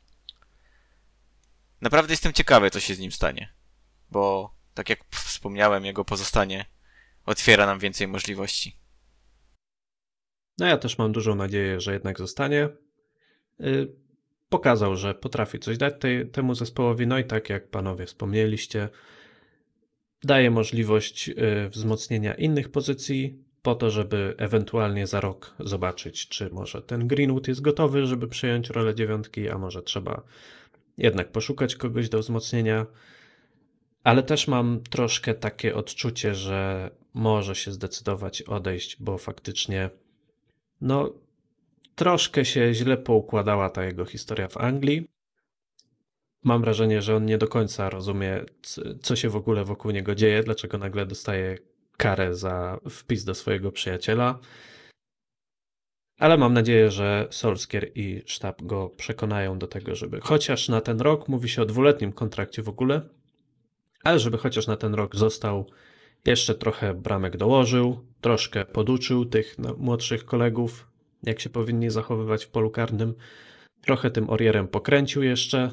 Naprawdę jestem ciekawy, co się z nim stanie. Bo, tak jak wspomniałem, jego pozostanie otwiera nam więcej możliwości. No ja też mam dużą nadzieję, że jednak zostanie. Y, Pokazał, że potrafi coś dać tej, temu zespołowi, no i tak jak panowie wspomnieliście, daje możliwość y, wzmocnienia innych pozycji po to, żeby ewentualnie za rok zobaczyć, czy może ten Greenwood jest gotowy, żeby przejąć rolę dziewiątki, a może trzeba jednak poszukać kogoś do wzmocnienia. Ale też mam troszkę takie odczucie, że może się zdecydować odejść, bo faktycznie no troszkę się źle poukładała ta jego historia w Anglii. Mam wrażenie, że on nie do końca rozumie, co się w ogóle wokół niego dzieje, dlaczego nagle dostaje karę za wpis do swojego przyjaciela. Ale mam nadzieję, że Solskjaer i sztab go przekonają do tego, żeby chociaż na ten rok, mówi się o dwuletnim kontrakcie w ogóle, ale żeby chociaż na ten rok został, jeszcze trochę bramek dołożył, troszkę poduczył tych no, młodszych kolegów, jak się powinni zachowywać w polu karnym. Trochę tym Orierem pokręcił jeszcze.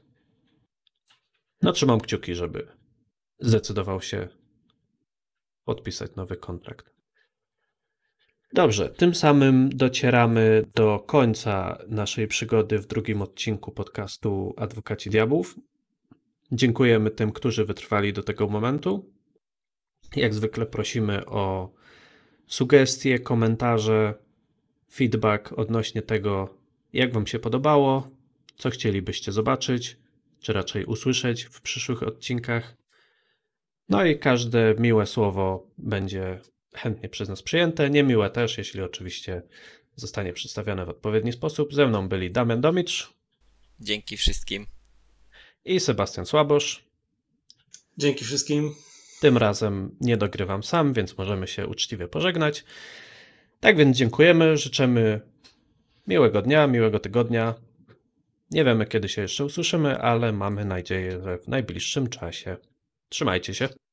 No trzymam kciuki, żeby zdecydował się podpisać nowy kontrakt. Dobrze, tym samym docieramy do końca naszej przygody w drugim odcinku podcastu Adwokaci Diabłów. Dziękujemy tym, którzy wytrwali do tego momentu. Jak zwykle prosimy o sugestie, komentarze, feedback odnośnie tego, jak wam się podobało, co chcielibyście zobaczyć, czy raczej usłyszeć w przyszłych odcinkach. No i każde miłe słowo będzie chętnie przez nas przyjęte, niemiłe też, jeśli oczywiście zostanie przedstawione w odpowiedni sposób. Ze mną byli Damian Domicz Dzięki wszystkim. i Sebastian Słabosz. Dzięki wszystkim. Tym razem nie dogrywam sam, więc możemy się uczciwie pożegnać. Tak więc dziękujemy, życzymy miłego dnia, miłego tygodnia. Nie wiemy, kiedy się jeszcze usłyszymy, ale mamy nadzieję, że w najbliższym czasie. Trzymajcie się.